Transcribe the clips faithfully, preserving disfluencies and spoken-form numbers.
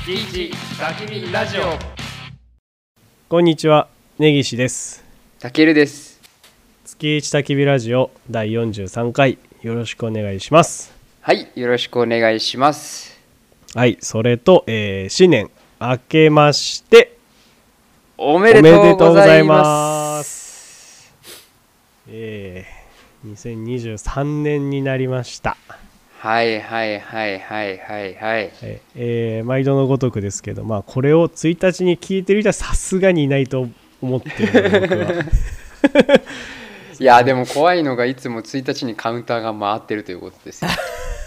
月一焚き火ラジオ。 こんにちは、根岸です。 たけるです。 月一焚き火ラジオだいよんじゅうさんかい、よろしくお願いします。 はい、よろしくお願いします。 はい、それと、えー、新年明けましておめでとうございます。 えー、にせんにじゅうさんねんになりました。 はいはいはいはいはいはい、 えー、毎度のごとくですけど、まあこれをついたちに聞いてる人はさすがにいないと思ってるので僕はいやでも怖いのがいつもついたちにカウンターが回ってるということですよ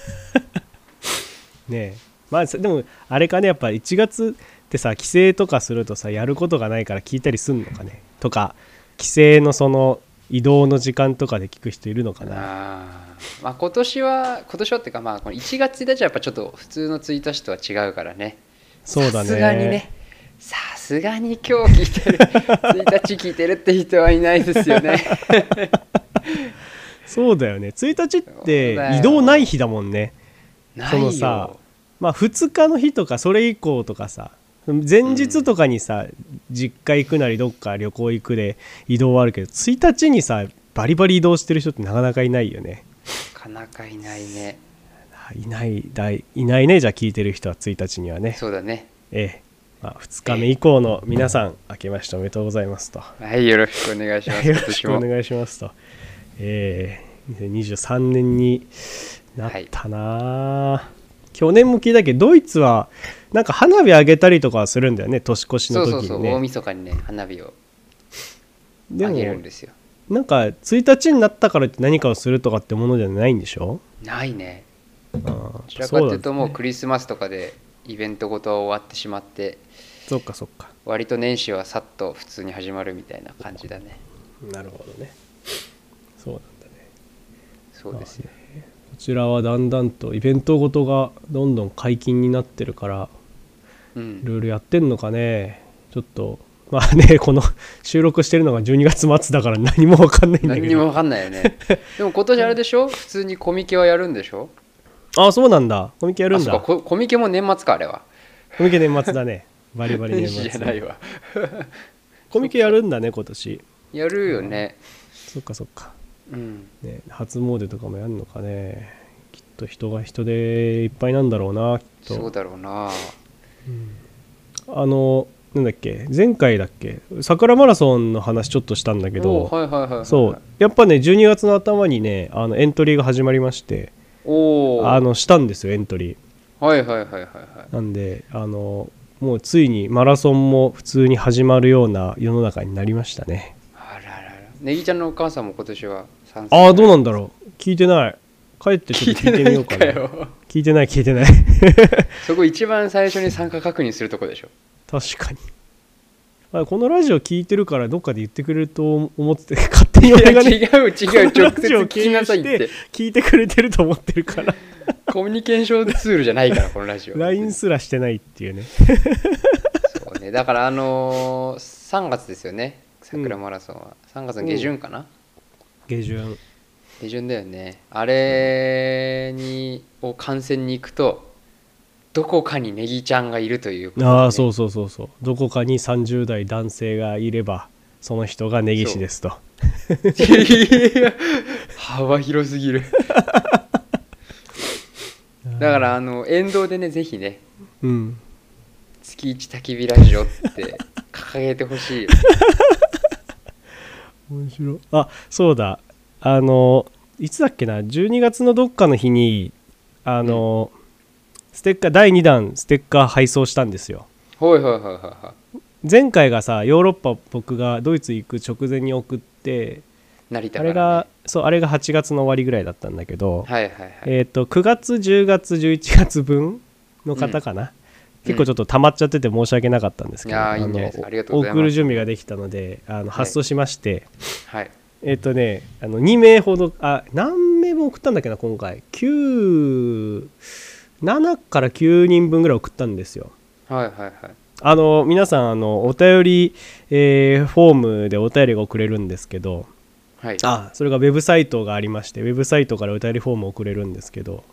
ねえ、まあでもあれかね、やっぱいちがつってさ、帰省とかするとさ、やることがないから聞いたりすんのかねとか、帰省のその移動の時間とかで聞く人いるのかな。 あ、まあ、今年は今年はっていうか、まあこのいちがつついたちはやっぱちょっと普通のついたちとは違うからね。 そうだね。 さすがにね、さすがに今日聞いてるついたち聞いてるって人はいないですよねそうだよね、ついたちって移動ない日だもんね。 ないよ。 そのさ、まあふつかの日とかそれ以降とかさ、前日とかにさ、うん、実家行くなりどっか旅行行くで移動はあるけど、ついたちにさバリバリ移動してる人ってなかなかいないよね。 なかなかいないね。 いないだいいないね。じゃあ聞いてる人はついたちにはね。 そうだね。 ええ、まあ、ふつかめ以降の皆さん、明けましておめでとうございますと。 はい、よろしくお願いします。 よろしくお願いしますと。ええ、にせんにじゅうさんねんになったな、はい、去年も聞いたけどドイツはなんか花火上げたりとかするんだよね、年越しの時にね。 そうそうそう、大晦日にね花火を上げるんですよ。 なんかついたちになったからって何かをするとかってものじゃないんでしょ。 ないね。 あ、 どちらかというともうクリスマスとかでイベントごと終わってしまって、 そっかそっか、 割と年始はさっと普通に始まるみたいな感じだね。 なるほどね。そうなんだね。 そうですね。 こちらはだんだんとイベントごとがどんどん解禁になってるから、うん、いろいろやってんのかね。ちょっとまあね、この収録してるのがじゅうにがつまつだから何も分かんないんだけど。 何にも分かんないよねでも今年あれでしょ、普通にコミケはやるんでしょ。 ああ、そうなんだ、コミケやるんだ。 コ, コミケも年末か、あれは。 コミケ年末だね、バリバリ年末。 年始じゃないわコミケやるんだね今年。 やるよね。 そっかそっか、 うんね、初詣とかもやるのかね。きっと人が人でいっぱいなんだろうな、きっと。 そうだろうな、 うん、あのなんだっけ、前回だっけ、桜マラソンの話ちょっとしたんだけど、 はいはいはいはい、 そうやっぱねじゅうにがつの頭にね、あのエントリーが始まりまして、 おあのしたんですよ、エントリー。 はいはいはいはいはい。 なんであのもうついにマラソンも普通に始まるような世の中になりましたね。 あららら、ネギちゃんのお母さんも今年は参戦。ああ、どうなんだろう、聞いてない。帰ってちょっと聞いてみようかな。聞いてない聞いてないそこ一番最初に参加確認するとこでしょ。 確かに。あ、このラジオ聞いてるからどっかで言ってくれると思ってて、勝手に俺がね、 違う違う、直接聞きなさいって聞いてくれてると思ってるからコミュニケーションツールじゃないからこのラジオライン すらしてないっていうねそうね、だからあのー、さんがつですよね、桜マラソンは、うん、さんがつの下旬かな、うん、 下旬下旬だよね。あれにを観戦に行くとどこかにネギちゃんがいるということ、ね、 ああ、そうそうそうそう、どこかにさんじゅうだい男性がいればその人が根岸ですといや幅広すぎるだからあの沿道でね、ぜひね、うん、月一焚き火ラジオって掲げてほしい面白い。あ、そうだ、あのいつだっけな、じゅうにがつのどっかの日にあの、うん、ステッカーだいにだんステッカー配送したんですよ。 はいはいはいはいはい。 前回がさ、ヨーロッパ僕がドイツ行く直前に送って、 成田から、ね、 あれがそうあれがはちがつの終わりぐらいだったんだけど、 はいはいはい、 えーとくがつじゅうがつじゅういちがつぶんの方かな、うん、結構ちょっと溜まっちゃってて申し訳なかったんですけど、うん、あの送る準備ができたのであの発送しまして、はいはい、えっ、ー、とねあのにめいほど、あ、何名も送ったんだっけな今回、きゅうななからきゅうにんぶんぐらい送ったんですよ。 はいはいはい。 あの皆さんあのお便り、えー、フォームでお便りが送れるんですけど、はい、あそれがウェブサイトがありまして、ウェブサイトからお便りフォームを送れるんですけど、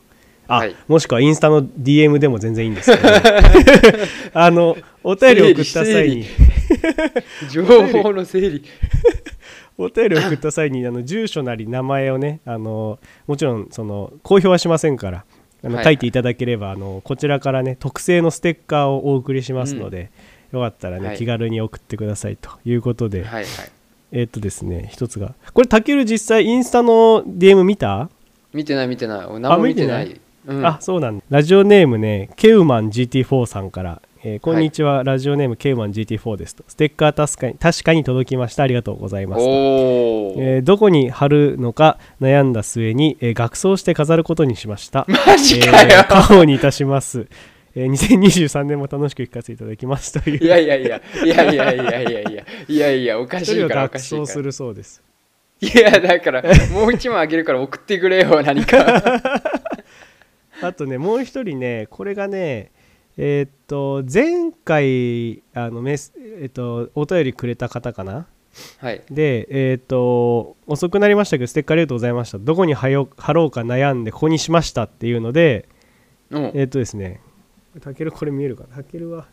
あ、 はい、 もしくはインスタの ディーエム でも全然いいんですけど、ね、あのお便りを送った際に情報の整理お便りを送った際にあの住所なり名前をね、あのもちろんその公表はしませんから、あの、はい、書いていただければあのこちらからね特製のステッカーをお送りしますので、うん、よかったらね、はい、気軽に送ってくださいということで、 はいはい、 えー、っとですね一つがこれたける実際インスタの ディーエム 見た？ 見てない見てない、何も見てない。 うん、あ、そうなんだ。ラジオネームねケウマン ジーティーフォー さんから、えー、こんにちは、はい、ラジオネームケウマン ジーティーフォー ですと、ステッカー確かに確かに届きました、ありがとうございますと、えー、どこに貼るのか悩んだ末に、えー、額装して飾ることにしました。 マジかよ、 えー、家宝にいたします。えー、にせんにじゅうさんねんも楽しく聞かせていただきますという。 いやいやいやいやいやいやいやいやいやいやおかしいからおかしいから。 額装するそうです。 いやだからもう一枚あげるから送ってくれよ何かあとねもう一人ね、これがねえー、っと前回あのメス、えー、っとお便りくれた方かな、 はい、 でえー、っと遅くなりましたけどステッカーありがとうございました、どこに貼ろうか悩んでここにしましたっていうので、うん、えー、っとですねたけるこれ見えるかな、たけるは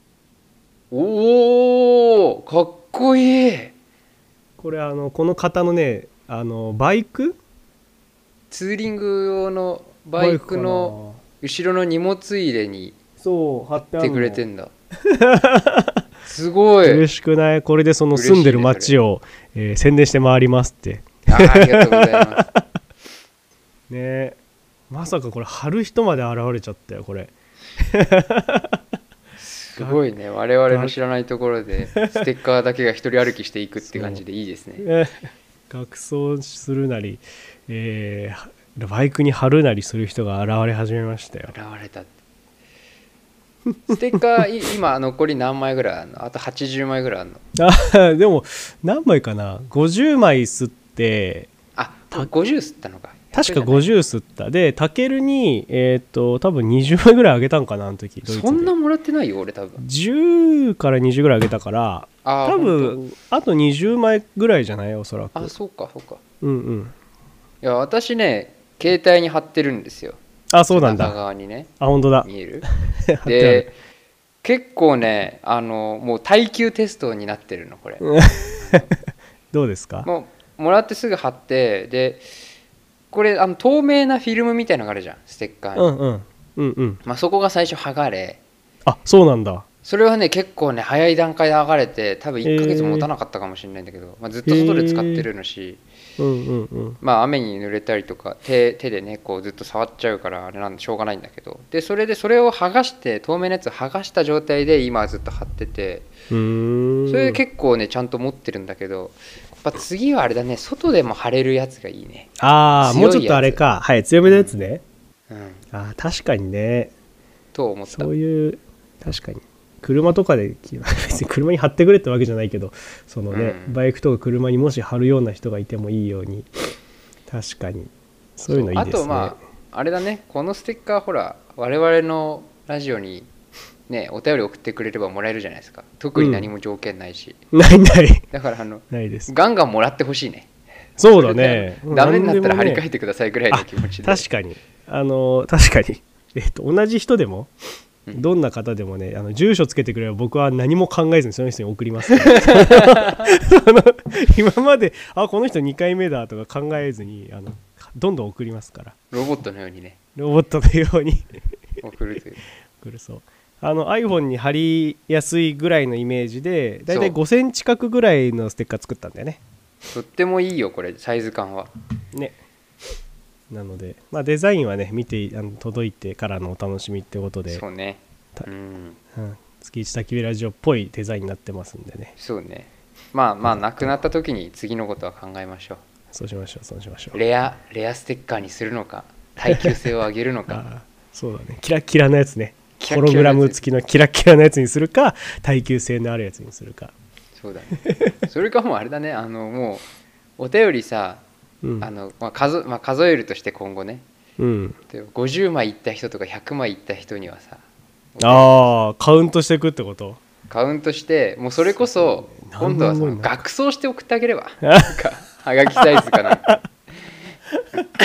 おーかっこいい。 これあのこの方のねあのバイクツーリング用のバイクの後ろの荷物入れにそう貼ってあるのてくれてんだすごい嬉しくない？これでその住んでる街を、ねえー、宣伝して回りますって。 あ, ありがとうございますねえ、まさかこれ貼る人まで現れちゃったよこれすごいね、我々の知らないところでステッカーだけが一人歩きしていくって感じでいいですね。 額装するなり、えー、バイクに貼るなりする人が現れ始めましたよ。 現れた。ステッカー今残り何枚ぐらいあるの？あとはちじゅうまいぐらいあるの？ あでも何枚かな、ごじゅうまい吸って、 あごじゅう吸ったのか、 確かごじゅう吸った。でタケルにえっ、ー、と多分にじゅうまいぐらいあげたんかなあの時。 そんなもらってないよ俺多分。 じゅうからにじゅうぐらいあげたから、あ多分あとにじゅうまいぐらいじゃない、おそらく。 あそうかそうか。 うんうん。 いや私ね携帯に貼ってるんですよ。 あそうなんだ。 中側にね。 あ本当だ。 見えるで結構ねあのもう耐久テストになってるのこれどうですか？ もうもらってすぐ貼って、でこれあの透明なフィルムみたいなのがあるじゃんステッカーに、 うんうんうんうん、 まあ、そこが最初剥がれ、 あそうなんだ。 それはね結構ね早い段階で剥がれて多分いっかげつ持たなかったかもしれないんだけど、まあ、ずっと外で使ってるのし、 うんうんうん、 まあ雨に濡れたりとか 手, 手でねこうずっと触っちゃうからあれなんでしょうがないんだけど、でそれでそれを剥がして透明なやつを剥がした状態で今ずっと貼ってて、 うーんそれで結構ねちゃんと持ってるんだけど、やっぱ次はあれだね外でも貼れるやつがいいね。 ああもうちょっとあれか、はい強めのやつね、 うんうん、 あ確かにねと思った。 そういう確かに車とかで別に車に貼ってくれってわけじゃないけど、そのね、うん、バイクとか車にもし貼るような人がいてもいいように、確かにそういうのいいですね。 あとまああれだね、このステッカーほら我々のラジオにねお便り送ってくれればもらえるじゃないですか。特に何も条件ないし、 うん、ないないだからあのないです。 ガンガンもらってほしいね。 そうだねダメになったら張り替えてくださいぐらいの気持ちで、 ね、確かにあの確かに、えっと、同じ人でもどんな方でもね、あの住所つけてくれれば僕は何も考えずにその人に送ります今まであこの人にかいめだとか考えずにあのどんどん送りますから、 ロボットのようにね、 ロボットのように送るという送る。そうあの iPhone に貼りやすいぐらいのイメージでだいたいごセンチ角ぐらいのステッカー作ったんだよね。 とってもいいよこれサイズ感はね。なので、まあ、デザインはね見てあの届いてからのお楽しみってことで、 そうね、うんうん、月一焚き火ラジオっぽいデザインになってますんでね。 そうね、まあまあなくなった時に次のことは考えましょう。 そうしましょうそうしましょう。 レアレアステッカーにするのか耐久性を上げるのかあそうだね、キラキラなやつね、ホログラム付きのキラキラなやつにするか耐久性のあるやつにするか。 そうだねそれかもうあれだね、あのもうお便りさ、うん、あのまあ 数, まあ、数えるとして今後ね、 うん、 ごじゅうまいいった人とかひゃくまいいった人にはさ、 ああカウントしていくってこと？ カウントしてもうそれこそ今度はその額装して送ってあげればなんかはがきサイズかなデ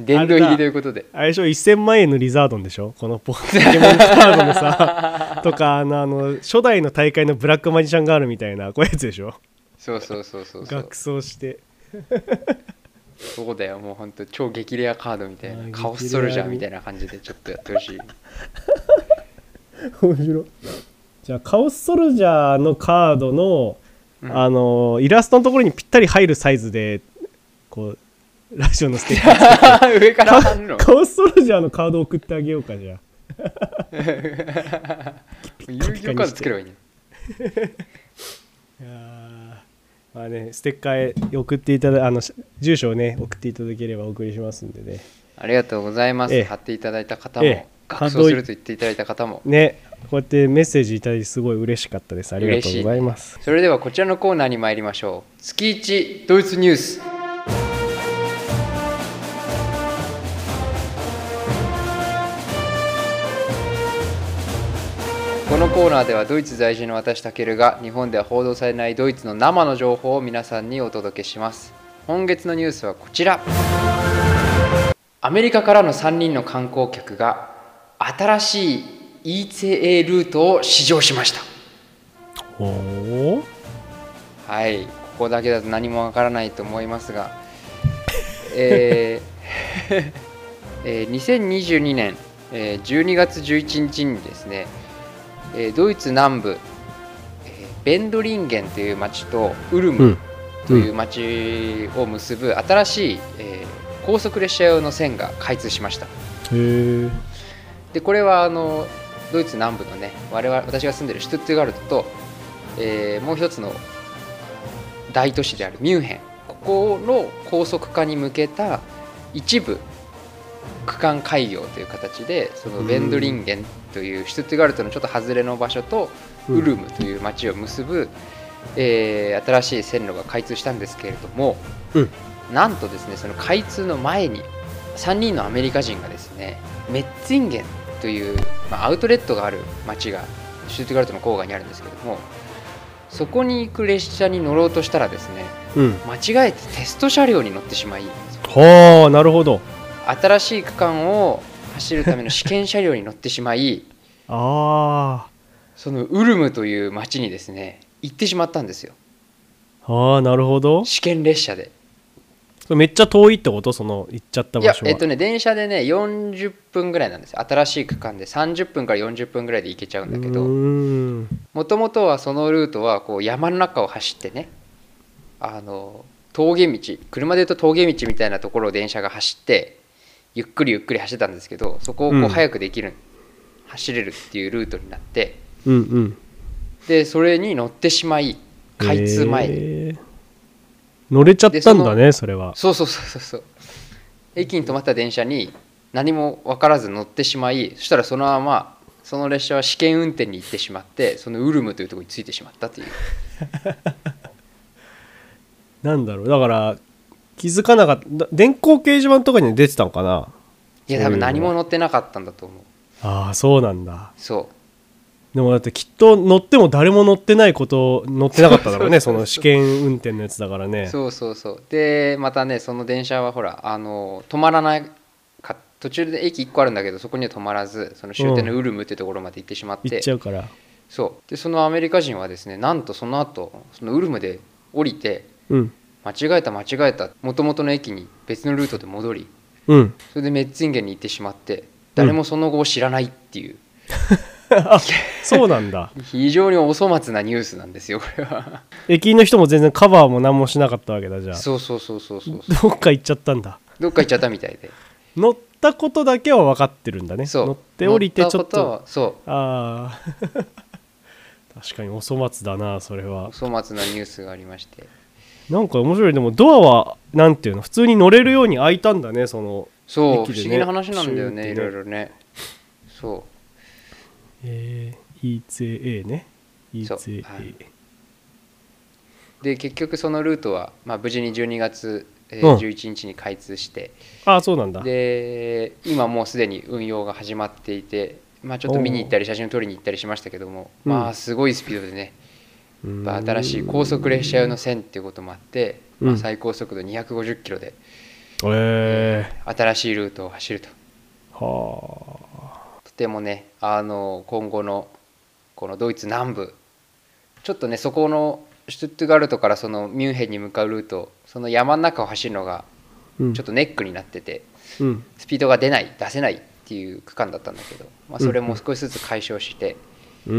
殿堂入りということであれでしょ、せんまんえんのリザードンでしょ、このポケモンカードのさとかあのあの初代の大会のブラックマジシャンガールみたいなこういうやつでしょ。 そうそうそうそうそう、 学装してそうだよ、もうほんと超激レアカードみたいな、カオスソルジャーみたいな感じでちょっとやってほしい。 面白い。じゃあカオスソルジャーのカードの、うん、あのイラストのところにぴったり入るサイズでこうラジオのステッカーつけて上から貼るのカオスソルジャーのカード送ってあげようか。じゃあ遊戯王カード作ればいいね。 いやまあね、ステッカーへ送っていただあの住所をね送っていただければお送りしますんでね。 ありがとうございます、ええ、貼っていただいた方も、ええ、学装すると言っていただいた方もね、こうやってメッセージいただいてすごい嬉しかったです。ありがとうございます。 それではこちらのコーナーに参りましょう。月一ドイツニュース。このコーナーではドイツ在住の私たけるが日本では報道されないドイツの生の情報を皆さんにお届けします。今月のニュースはこちら。アメリカからのさんにんの観光客が新しい イーツェーエー ルートを試乗しました。 おはい、ここだけだと何もわからないと思いますが、えーえー、にせんにじゅうにねん、えー、じゅうにがつじゅういちにちにですね、えー、ドイツ南部、えー、ベンドリンゲンという町とウルムという町を結ぶ新しい、えー高速列車用の線が開通しました。 へー。 でこれはあのドイツ南部のね、我々私が住んでるシュトゥットガルトと、えー、もう一つの大都市であるミュンヘン、ここの高速化に向けた一部区間開業という形で、そのベンドリンゲンというシュトゥットガルトのちょっと外れの場所とウルムという町を結ぶ、えー、新しい線路が開通したんですけれども、うん、なんとですね、その開通の前にさんにんのアメリカ人がですね、メッツィンゲンという、まあ、アウトレットがある町がシュトゥットガルトの郊外にあるんですけども、そこに行く列車に乗ろうとしたらですね、うん、間違えてテスト車両に乗ってしまい、 はあ、なるほど。 新しい区間を走るための試験車両に乗ってしまいあそのウルムという町にですね行ってしまったんですよ。 ああ、なるほど。 試験列車で。 めっちゃ遠いってこと？その行っちゃった場所は。 いや、えっとね、電車でねよんじゅっぷんぐらいなんですよ。新しい区間でさんじゅっぷんからよんじゅっぷんぐらいで行けちゃうんだけど、もともとはそのルートはこう山の中を走ってね、あの峠道、車でいうと峠道みたいなところを電車が走ってゆっくりゆっくり走ってたんですけど、そこをこう早くできる、うん、走れるっていうルートになって、 うんうん、 でそれに乗ってしまい開通前に、えー、 乗れちゃったんだね。それはそうそうそうそう、駅に止まった電車に何も分からず乗ってしまい、そしたらそのままその列車は試験運転に行ってしまって、そのウルムというところに着いてしまったというなんだろう、だから気づかなかった。電光掲示板とかに出てたのかな。 いや多分何も乗ってなかったんだと思う。 ああ、そうなんだ。 そうでもだってきっと乗っても誰も乗ってないこと乗ってなかっただろうね。その試験運転のやつだからね。 そうそうそう。でまたね、その電車はほらあの止まらないか、途中で駅いっこあるんだけどそこには止まらず、その終点のウルムっていうところまで行ってしまって、うん、 行っちゃうから。 そうでそのアメリカ人はですね、なんとその後そのウルムで降りて、 うん、 間違えた間違えた、元々の駅に別のルートで戻り、 うん、 それでメッツィンゲンに行ってしまって、誰もその後を知らないっていう、 うん、あ、そうなんだ。 非常にお粗末なニュースなんですよこれは。 駅員の人も全然カバーも何もしなかったわけだ。じゃあそうそうそうそうそう、 どっか行っちゃったんだ。 どっか行っちゃったみたいで乗ったことだけは分かってるんだね。 そう、 乗って降りてちょっと、 そうあ確かにお粗末だな。それはお粗末なニュースがありまして、 なんか面白い。でもドアはなんていうの、普通に乗れるように開いたんだね。そのそう、不思議な話なんだよね、いろいろね。そうえー、イーツェーエー ね。イーツェーエー、はい、 で結局そのルートは、まあ、無事にじゅうにがつ、えー、じゅういちにちに開通して、 うん、あ、そうなんだ。 で今もうすでに運用が始まっていて、まあ、ちょっと見に行ったり写真を撮りに行ったりしましたけども、まあすごいスピードでね、うん、新しい高速列車用の線っていうこともあって、まあ、最高速度にひゃくごじゅっキロでえー、新しいルートを走ると。 はあ、とてもねあの今後のこのドイツ南部ちょっとねそこのシュトゥットガルトからそのミュンヘンに向かうルートその山の中を走るのがちょっとネックになってて、うん、スピードが出ない出せないっていう区間だったんだけど、まあ、それも少しずつ解消して、 うん、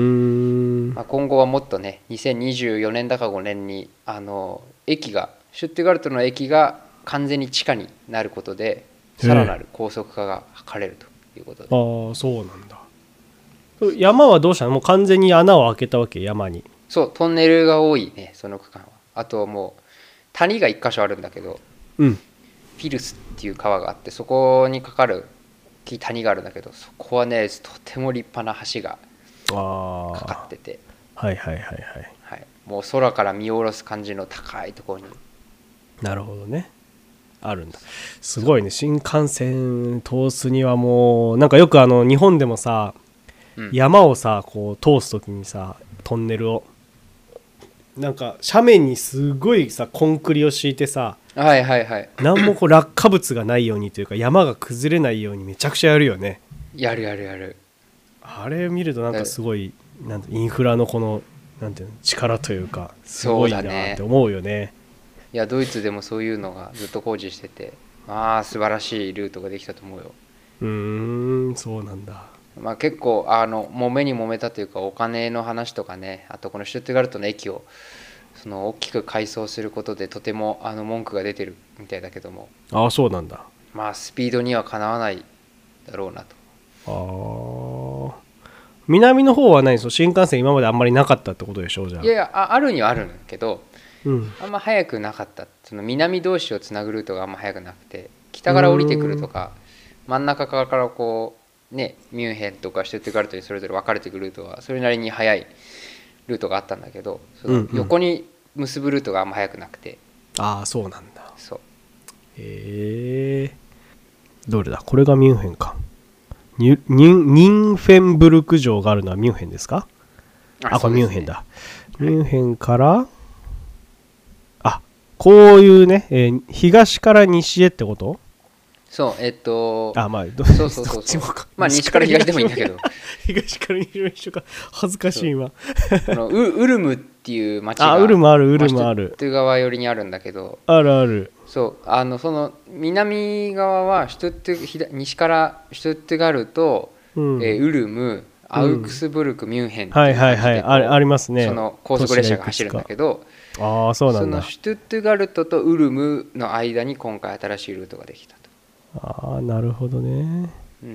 まあ、今後はもっとねにせんにじゅうよねんだかごねんにあの駅がシュトゥットガルトの駅が完全に地下になることでさらなる高速化が図れるということで。 ああそうなんだ。山はどうしたの？もう完全に穴を開けたわけ？山に。 そうトンネルが多いねその区間は。あともう谷が一箇所あるんだけど、 うん、 フィルスっていう川があってそこにかかる谷があるんだけどそこはねとても立派な橋がかかってて、 はいはいはいはい、 はい、もう空から見下ろす感じの高いところに。 なるほどねあるんだ。すごいね新幹線通すにはもうなんかよくあの日本でもさ、うん、山をさこう通す時にさトンネルをなんか斜面にすごいさコンクリを敷いてさ、 はいはいはい、 何もこう落下物がないようにというか山が崩れないようにめちゃくちゃやるよね。 やるやるやる。 あれ見るとなんかすごいなんてインフラのこのなんていうの力というかすごいなって思うよね。 いやドイツでもそういうのがずっと工事しててまあ素晴らしいルートができたと思うよ。 うーんそうなんだ。 まあ、結構あの揉めに揉めたというかお金の話とかねあとこのシュトゥットガルトの駅をその大きく改装することでとてもあの文句が出てるみたいだけども。 ああそうなんだ。 まあスピードにはかなわないだろうなと。 ああ南の方は何その新幹線今まであんまりなかったってことでしょうじゃあ。 いやいや あ, あるにはあるんだけど、 うん、 あんま早くなかった。その南同士をつなぐルートがあんま早くなくて北から降りてくるとか真ん中からこうねミュンヘンとかシュトゥットガルトにそれぞれ分かれてくるルートはそれなりに速いルートがあったんだけどその横に結ぶルートがあんま速くなくて、 うんうん、ああそうなんだ。 そうへえどれだこれがミュンヘンか。ニュニンニンフェンブルク城があるのはミュンヘンですか？あ, あこれミュンヘンだ。ミュンヘンからあこういうね、えー、東から西へってこと？ そうえっとあまあどそうそうそうそうまあ西から東でもいいんだけど東から西も一緒か恥ずかしい今この ウ, ウルムっていう町があウルムあるウルムあるシュトゥット側寄りにあるんだけどあるあるそうあのその南側はシュトゥット西からシュトゥットガルト、うんえー、ウルムアウクスブルク、うん、ミュンヘンっていうはいはいはい あ, ありますね。 その高速列車が走るんだけどあそうなんだ。 そのシュトゥットガルトとウルムの間に今回新しいルートができたと。 ああなるほどね、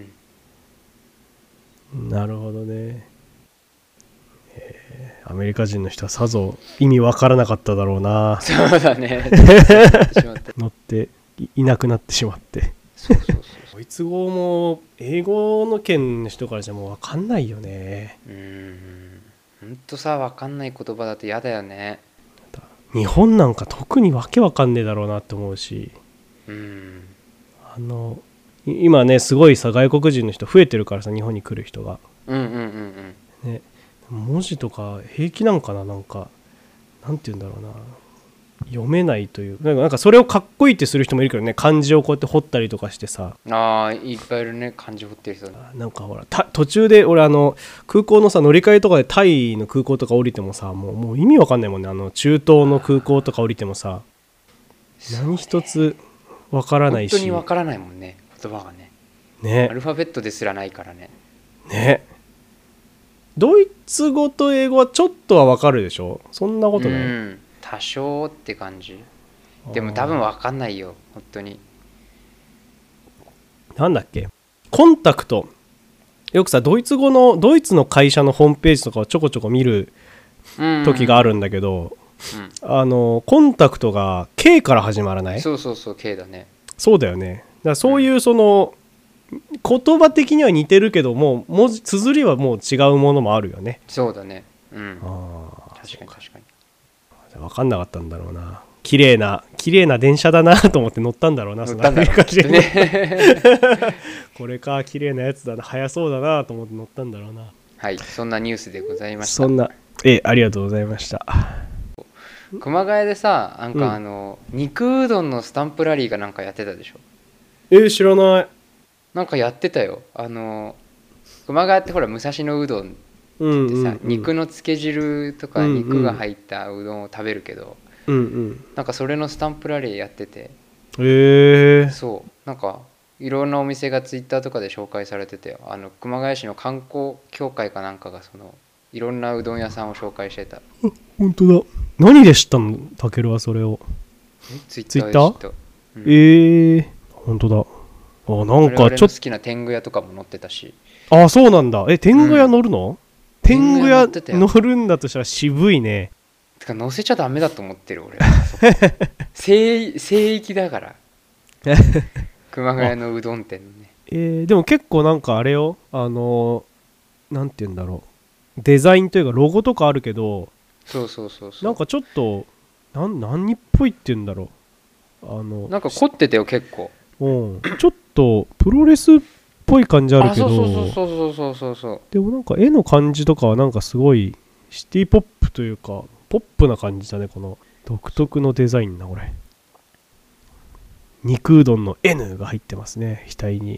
うん、 なるほどね、えー、アメリカ人の人はさぞ意味わからなかっただろうな。 そうだね乗っていなくなってしまってそうそうそうドイツ語も英語の圏の人からじゃもうわかんないよね。 うーんほんとさわかんない言葉だと嫌だよね。 日本なんか特にわけわかんねえだろうなって思うし、 うんあの今ねすごいさ外国人の人増えてるからさ日本に来る人が、 うんうんうんうんね、文字とか平気なんかななんかなんて言うんだろうな読めないというなんかそれをかっこいいってする人もいるけどね漢字をこうやって彫ったりとかしてさあーいっぱいいるね漢字彫ってる人。 なんかほら途中で俺あの空港のさ乗り換えとかでタイの空港とか降りてもさもう、もう意味わかんないもんね。あの中東の空港とか降りてもさ何一つわからないし本当にわからないもんね言葉がね。 ねアルファベットですらないからね。 ねドイツ語と英語はちょっとはわかるでしょ。そんなことない、 うん多少って感じ。でも多分わかんないよ本当に。 なんだっけコンタクトよくさドイツ語のドイツの会社のホームページとかをちょこちょこ見る時があるんだけど、うん、あのコンタクトが K から始まらない？ そうそうそう K だね。 そうだよね。だからそういうその、うん、言葉的には似てるけども文字綴りはもう違うものもあるよね。 そうだね。うん。 あ確かに確かに。 分かんなかったんだろうな。綺麗な綺麗な電車だなと思って乗ったんだろうな。 乗ったんだろうねこれか綺麗なやつだな速そうだなと思って乗ったんだろうな。 はいそんなニュースでございました。 そんなえありがとうございました。 熊谷でさなんかあの、うん、肉うどんのスタンプラリーがなんかやってたでしょ。 えー、知らない。 なんかやってたよ。あの熊谷ってほら武蔵野うどんって言ってさ、うんうんうん、肉のつけ汁とか肉が入ったうどんを食べるけど、 うんうん、 なんかそれのスタンプラリーやってて、 へえー、 そうなんかいろんなお店がツイッターとかで紹介されてて、あの熊谷市の観光協会かなんかがそのいろんなうどん屋さんを紹介してた。 本当だ。何で知ったのたけるはそれを。 ツイッターで知った、 うん、えー、本当だ。あ、なんかちょっと好きな天狗屋とかも載ってたし。 あ、そうなんだ。え、天狗屋乗るの、うん、天狗屋乗るんだとしたら渋いね。 てか乗せちゃダメだと思ってる俺聖, 聖域だから熊谷のうどん店のね。 えー、でも結構なんかあれよ、あのなんて言うんだろう、デザインというかロゴとかあるけど、 そうそうそうそう、 なんかちょっとなん何っぽいって言うんだろう、あのなんか凝ってたよ結構。 うん、ちょっとプロレスっぽい感じあるけど、 あ、そうそうそうそうそうそう、 でもなんか絵の感じとかはなんかすごいシティポップというかポップな感じだね。この独特のデザインな。これ肉うどんの エヌ が入ってますね、額に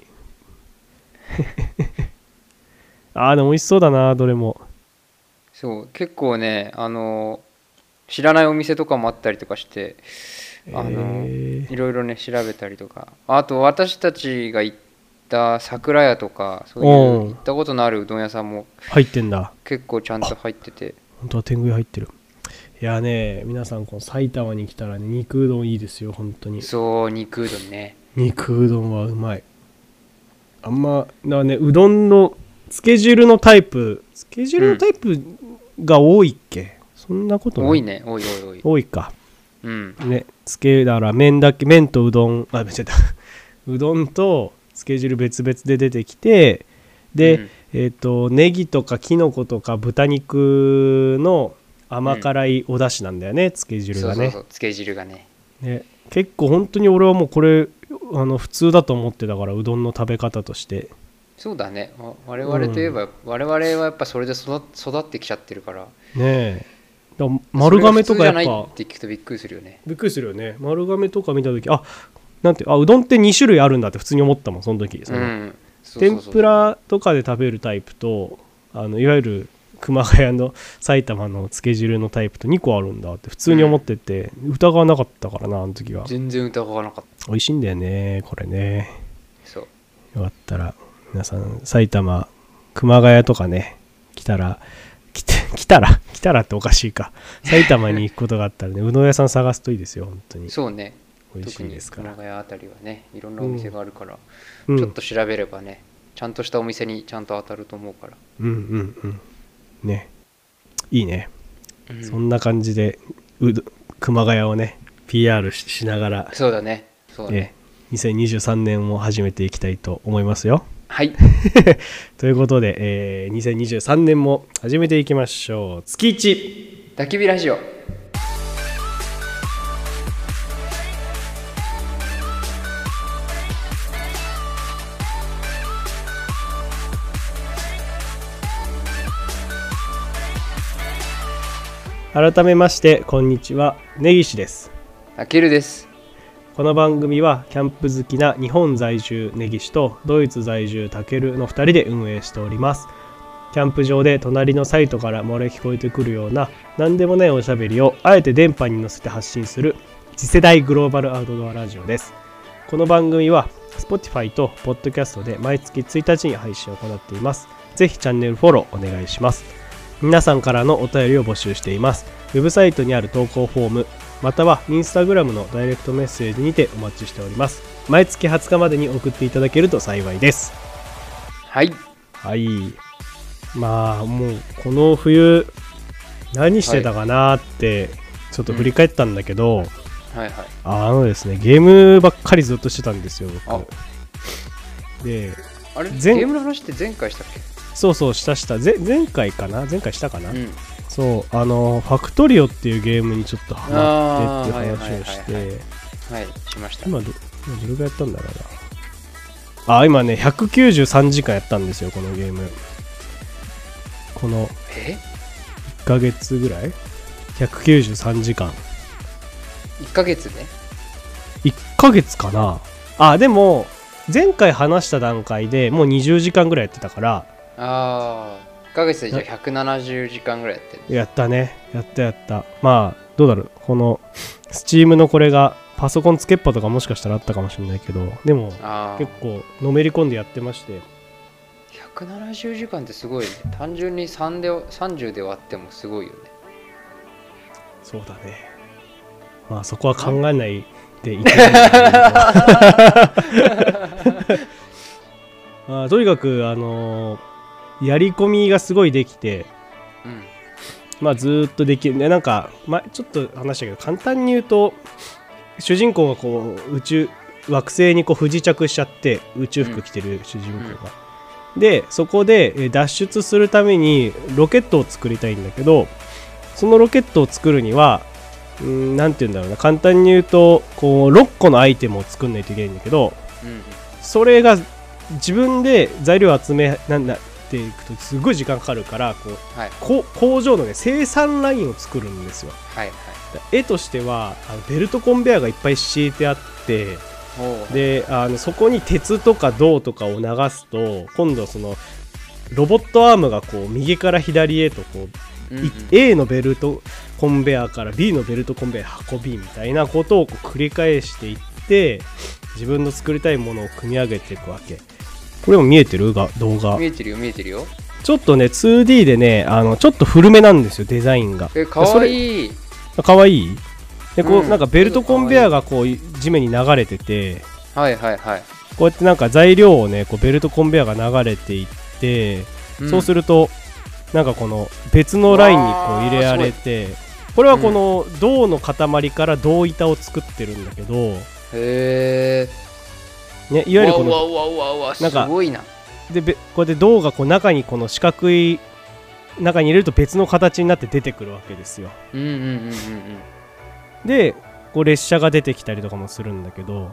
あーでも美味しそうだな、どれも。 そう結構ね、あの知らないお店とかもあったりとかして、あの、えー、いろいろね調べたりとか、あと私たちが行った桜屋とかそういう行ったことのあるうどん屋さんも入ってんだ。 結構ちゃんと入ってて、 本当は天狗屋入ってる。いやね、皆さんこの埼玉に来たらね、肉うどんいいですよ本当に。 そう、肉うどんね。 肉うどんはうまい。あんまだね、うどんのつけ汁のタイプ、つけ汁のタイプが多いっけ、うん、そんなことない。 多いね、多い多い多い。 多いか。 うん。 ね、つけだから麺だけ、麺とうどん、あ、間違えた。うどんとつけ汁別々で出てきて、で、うん、えっとネギとかキノコとか豚肉の甘辛いお出汁なんだよね、うん、つけ汁がね。 そうそうそう、つけ汁がね。 ね、結構本当に俺はもうこれあの普通だと思ってたから、うどんの食べ方として。 そうだね、我々といえば、うん、我々はやっぱそれで 育, 育ってきちゃってるからね。 え、だから丸亀とかやっぱそれが普通じゃないって聞くとびっくりするよね。 びっくりするよね。丸亀とか見た時、あ、なんて、あ、うどんってに種類あるんだって普通に思ったもんその時。その、うん、そうそうそうそう、天ぷらとかで食べるタイプと、あのいわゆる熊谷の埼玉のつけ汁のタイプとにこあるんだって普通に思ってて、うん、疑わなかったからな、あの時は。 全然疑わなかった。 美味しいんだよねこれね。 そうよかったら皆さん埼玉熊谷とかね来たら来て来たら来たらっておかしいか埼玉に行くことがあったらねうどん屋さん探すといいですよ本当に。 そうね、 美味しいですから。 熊谷あたりはねいろんなお店があるから、うん、ちょっと調べればねちゃんとしたお店にちゃんと当たると思うから。 うんうんうんね、いいね、うん、そんな感じでう熊谷をね ピーアール し, しながら、 そうだね、そうだね、 にせんにじゅうさんねんを始めていきたいと思いますよ。 はいということで、えー、にせんにじゅうさんねんも始めていきましょう。月一焚き火ラジオ。 改めましてこんにちは、根岸です。 たけるです。 この番組はキャンプ好きな日本在住根岸とドイツ在住たけるのふたりで運営しております。キャンプ場で隣のサイトから漏れ聞こえてくるような何でもないおしゃべりをあえて電波に乗せて発信する次世代グローバルアウトドアラジオです。この番組は Spotify と Podcast で毎月ついたちに配信を行っています。ぜひチャンネルフォローお願いします。皆さんからのお便りを募集しています。ウェブサイトにある投稿フォームまたはインスタグラムのダイレクトメッセージにてお待ちしております。毎月はつかまでに送っていただけると幸いです。 はいはい。まあもうこの冬何してたかなってちょっと振り返ったんだけど、はいはいはい、 あのですねゲームばっかりずっとしてたんですよ僕。であれゲームの話って前回したっけ？ そうそうしたした前前回かな前回したかな、うん、そうあのファクトリオっていうゲームにちょっとハマってっていう話をしてはいしました。 今 ど, 今どれぐらいやったんだろうなあ今ねひゃくきゅうじゅうさんじかんやったんですよこのゲーム。このえいっかげつぐらいひゃくきゅうじゅうさんじかん。 いっかげつでいっかげつかなあ。でも前回話した段階でもうにじゅうじかんぐらいやってたから、 ああいっかげつでじゃあひゃくななじゅうじかんぐらいやってる。 やったね、やったやった。まあどうだろう、このスチームのこれがパソコンつけっぱとかもしかしたらあったかもしれないけど、でも結構のめり込んでやってまして。 ひゃくななじゅうじかんってすごいね。単純にさんでさんじゅうで割ってもすごいよね。 そうだね。まあそこは考えないでいけないまあとにかくあのー、やり込みがすごいできて、うん、まあずっとできるで、なんか、まあ、ちょっと話したけど簡単に言うと、主人公がこう宇宙惑星にこう不時着しちゃって、宇宙服着てる主人公が、うん、でそこで脱出するためにロケットを作りたいんだけど、そのロケットを作るにはうん、なんて言うんだろうな、簡単に言うとこうろっこのアイテムを作んないといけないんだけど、うん、それが自分で材料を集めなんだっていくとすごい時間かかるからこう、はい、こ工場の、ね、生産ラインを作るんですよ、はいはい、絵としてはあのベルトコンベヤーがいっぱい敷いてあって、であのそこに鉄とか銅とかを流すと今度そのロボットアームがこう右から左へとこう、うんうん、A のベルトコンベヤーから B のベルトコンベヤー運びみたいなことをこう繰り返していって自分の作りたいものを組み上げていくわけ。これも見えてるが動画見えてるよ見えてるよ。 ちょっとね ツーディー でねあのちょっと古めなんですよデザインが。 えかわいい。 かわいいでこう、うん、なんかベルトコンベヤーがこう地面に流れてて、 はいはいはい、 こうやってなんか材料をねこうベルトコンベヤーが流れていって、うん、そうするとなんかこの別のラインにこう入れられて、これはこの銅の塊から銅板を作ってるんだけど、へえ、 ね、いわゆるこのなんかすごいな。 でこうやって銅がこう中にこの四角い中に入れると別の形になって出てくるわけですよ。うんうんうんうんうん。でこう列車が出てきたりとかもするんだけど、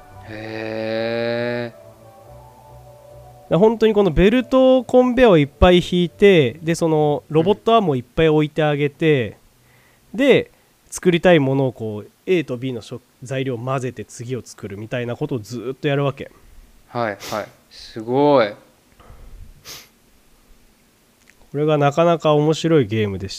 へえ。本当にこのベルトコンベヤーをいっぱい引いて、でそのロボットアームをいっぱい置いてあげて、うん、で作りたいものをこう A と B の材料を混ぜて次を作るみたいなことをずっとやるわけ。 はいはい、すごい。 これがなかなか面白いゲームでして、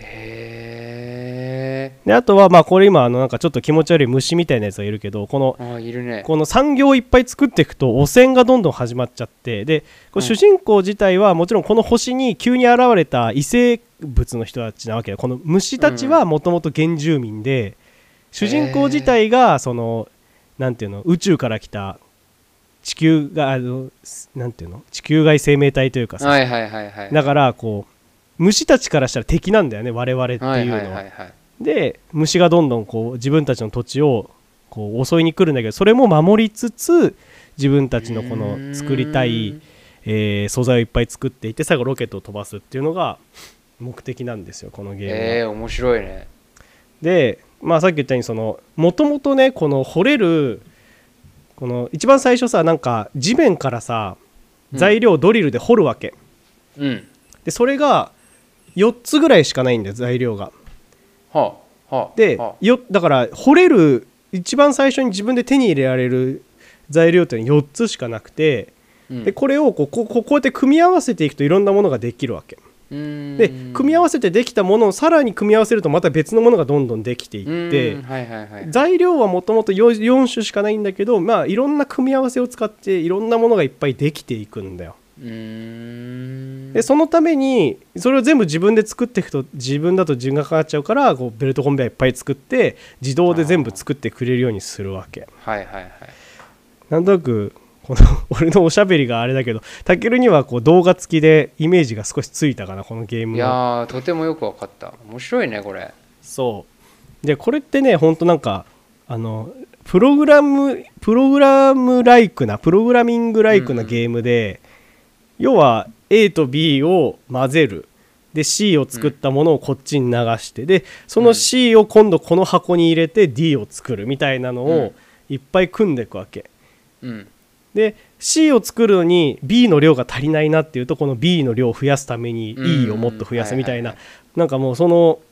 へー。 であとはまあこれ今あのなんかちょっと気持ち悪い虫みたいなやつがいるけど、このあいるね、 この産業をいっぱい作っていくと汚染がどんどん始まっちゃって、でこれ主人公自体はもちろんこの星に急に現れた異生物の人たちなわけで、この虫たちはもともと原住民で、うん、主人公自体がそのなんていうの宇宙から来た地球があのなんていうの地球外生命体というかさ、 はいはいはいはい、 だからこう虫たちからしたら敵なんだよね我々っていうのは、はいはいはいはい、で虫がどんどんこう自分たちの土地をこう襲いに来るんだけど、それも守りつつ自分たちのこの作りたい、えー、素材をいっぱい作っていって最後ロケットを飛ばすっていうのが目的なんですよこのゲームは。 えー、面白いね。 で、まあ、さっき言ったようにそのもともとねこの掘れるこの一番最初さなんか地面からさ材料をドリルで掘るわけ、うん、でそれがよっつぐらいしかないんだよ材料が。はあはあ、で、はあ、よだから掘れる一番最初に自分で手に入れられる材料っていうのはよっつしかなくて、うん、でこれをこうこうこうやって組み合わせていくといろんなものができるわけ。で組み合わせてできたものをさらに組み合わせるとまた別のものがどんどんできていって、はいはいはい、材料はもともとよん種しかないんだけど、まあ、いろんな組み合わせを使っていろんなものがいっぱいできていくんだよ。うーんでそのためにそれを全部自分で作っていくと自分だと時間がかかっちゃうからこうベルトコンベヤーいっぱい作って自動で全部作ってくれるようにするわけ。はいはいはい、なんとなくこの俺のおしゃべりがあれだけどタケルにはこう動画付きでイメージが少しついたかなこのゲームの。 いやーとてもよく分かった。面白いねこれ。 そうでこれってねほんとなんかあのプログラムプログラムライクなプログラミングライクなゲームで、うん、要は A と B を混ぜるで C を作ったものをこっちに流して、うん、でその C を今度この箱に入れて D を作るみたいなのをいっぱい組んでいくわけ、うんで C を作るのに B の量が足りないなっていうとこの B の量を増やすために E をもっと増やすみたいななんかもうその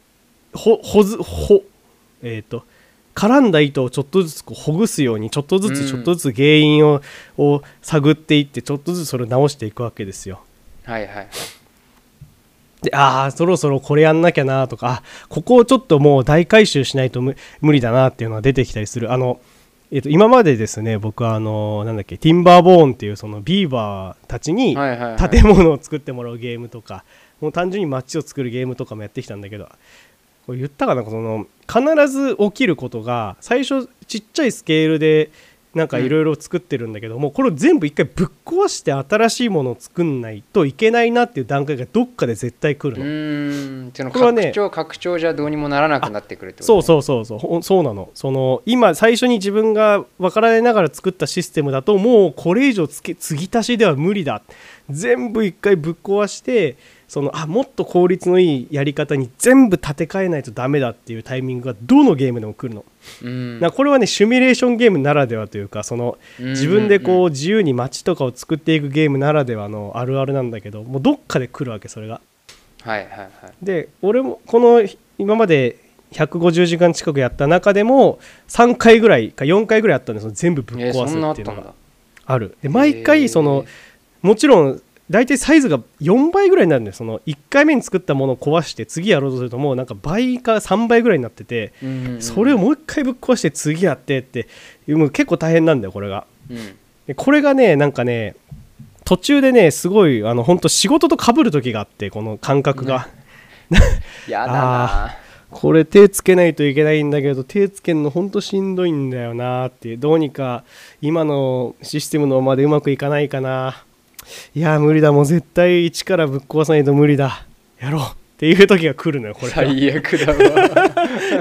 ほほずほえっ、ー、と絡んだ糸をちょっとずつこうほぐすようにちょっとずつちょっとずつ原因を、うん、を探っていってちょっとずつそれを直していくわけですよ。 はいはいはい。 でああそろそろこれやんなきゃなとか、あここをちょっともう大改修しないと無理だなっていうのが出てきたりする。あの、えー、と今までですね僕はあのなんだっけティンバーボーンっていうそのビーバーたちに建物を作ってもらうゲームとか、もう単純に街を作るゲームとかもやってきたんだけど、これ言ったかな、その必ず起きることが最初ちっちゃいスケールでなんかいろいろ作ってるんだけども、うん、これを全部一回ぶっ壊して新しいものを作んないといけないなっていう段階がどっかで絶対来るの。うーん、その拡張、ね、拡張じゃどうにもならなくなってくるってこと、ね、 そうそうそうそうそうなの。その今最初に自分が分からないながら作ったシステムだともうこれ以上つけ継ぎ足しでは無理だ、全部一回ぶっ壊してそのあもっと効率のいいやり方に全部立て替えないとダメだっていうタイミングがどのゲームでも来るの。うん、だからこれはねシミュレーションゲームならではというか、その自分でこう自由に街とかを作っていくゲームならではのあるあるなんだけど、もうどっかで来るわけそれが。 はいはいはい。 で俺もこの今までひゃくごじゅうじかん近くやった中でもさんかいぐらいかよんかいぐらいあったんで、その全部ぶっ壊すっていうのがある。で毎回そのもちろん大体サイズがよんばいぐらいになるんで、そのいっかいめに作ったものを壊して次やろうとするともうなんか倍かさんばいぐらいになってて、うんうんうん、それをもう一回ぶっ壊して次やってってもう結構大変なんだよこれが、うん、でこれがねなんかね途中でねすごいあの本当仕事と被る時があって、この感覚が、 ね、やだなこれ手つけないといけないんだけど手つけるのほんとしんどいんだよなっていう、どうにか今のシステムのままでうまくいかないかな、いや無理だもう絶対一からぶっ壊さないと無理だやろうっていう時が来るのよこれ。 最悪だわ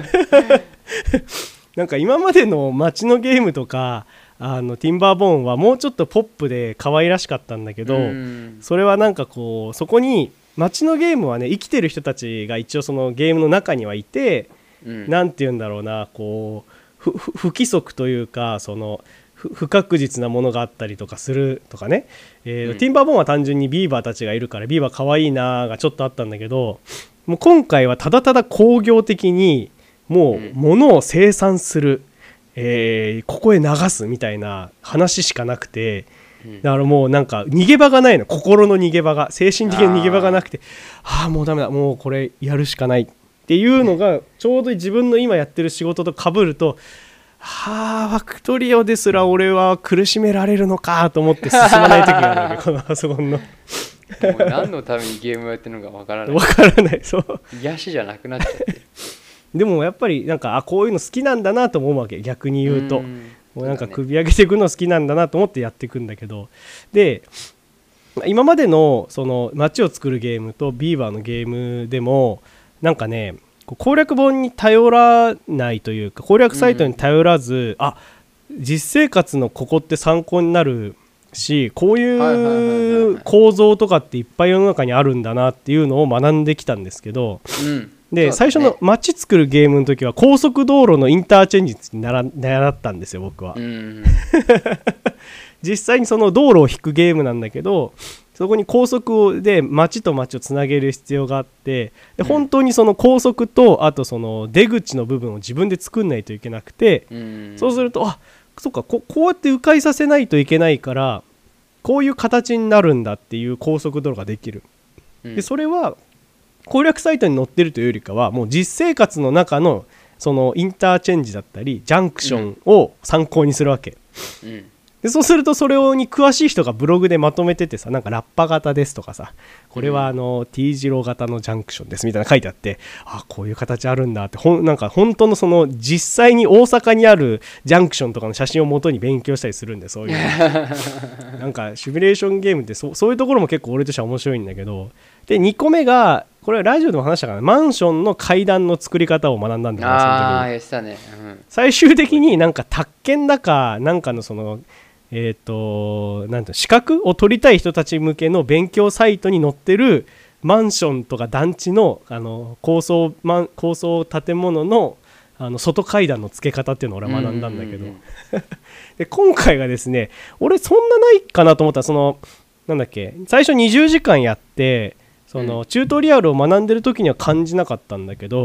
なんか今までの街のゲームとかあのティンバーボーンはもうちょっとポップで可愛らしかったんだけど、それはなんかこうそこに街のゲームはね生きてる人たちが一応そのゲームの中にはいて、うん、なんて言うんだろうなこう不規則というかその不確実なものがあったりとかするとかね、えーうん、ティンバーボーンは単純にビーバーたちがいるからビーバーかわいいながちょっとあったんだけど、もう今回はただただ工業的にもう物を生産する、えー、ここへ流すみたいな話しかなくて、だからもうなんか逃げ場がないの、心の逃げ場が精神的な逃げ場がなくて、ああもうダメだもうこれやるしかないっていうのがちょうど自分の今やってる仕事と被ると、はあファクトリオですら俺は苦しめられるのかと思って進まない時があるわけこのパソコンのもう何のためにゲームをやってるのかわからないわからないそう癒しじゃなくなっちゃってるでもやっぱりなんかあこういうの好きなんだなと思うわけ、逆に言うとうもうなんか首上げていくの好きなんだなと思ってやっていくんだけど、で今までのその街を作るゲームとビーバーのゲームでもなんかね攻略本に頼らないというか攻略サイトに頼らず、うん、あ実生活のここって参考になるしこういう構造とかっていっぱい世の中にあるんだなっていうのを学んできたんですけど、うん、で、ね、最初の街作るゲームの時は高速道路のインターチェンジに習ったんですよ僕は、うん、実際にその道路を引くゲームなんだけどそこに高速で街と街をつなげる必要があって、で本当にその高速とあとその出口の部分を自分で作んないといけなくて、うん、そうするとあそっか こ, こうやって迂回させないといけないからこういう形になるんだっていう高速道路ができる、うん、でそれは攻略サイトに載ってるというよりかはもう実生活の中のそのインターチェンジだったりジャンクションを参考にするわけ、うんでそうするとそれに詳しい人がブログでまとめててさ、なんかラッパ型ですとかさ、これはあの T 字路型のジャンクションですみたいな書いてあって、あこういう形あるんだってほんなんか本当のその実際に大阪にあるジャンクションとかの写真を元に勉強したりするんで、そういうなんかシミュレーションゲームって そ, そういうところも結構俺としては面白いんだけど、でにこめがこれはラジオでも話したかな、マンションの階段の作り方を学んだんだよね。 ああやってたね、うん、 最終的になんか宅建だかなんかのそのえーと、なんて資格を取りたい人たち向けの勉強サイトに載ってるマンションとか団地 の, あの 高, 層マン高層建物 の, あの外階段の付け方っていうのを俺は学んだんだけど、で今回がですね俺そんなないかなと思ったら、そのなんだっけ最初にじゅうじかんやってそのチュートリアルを学んでる時には感じなかったんだけど、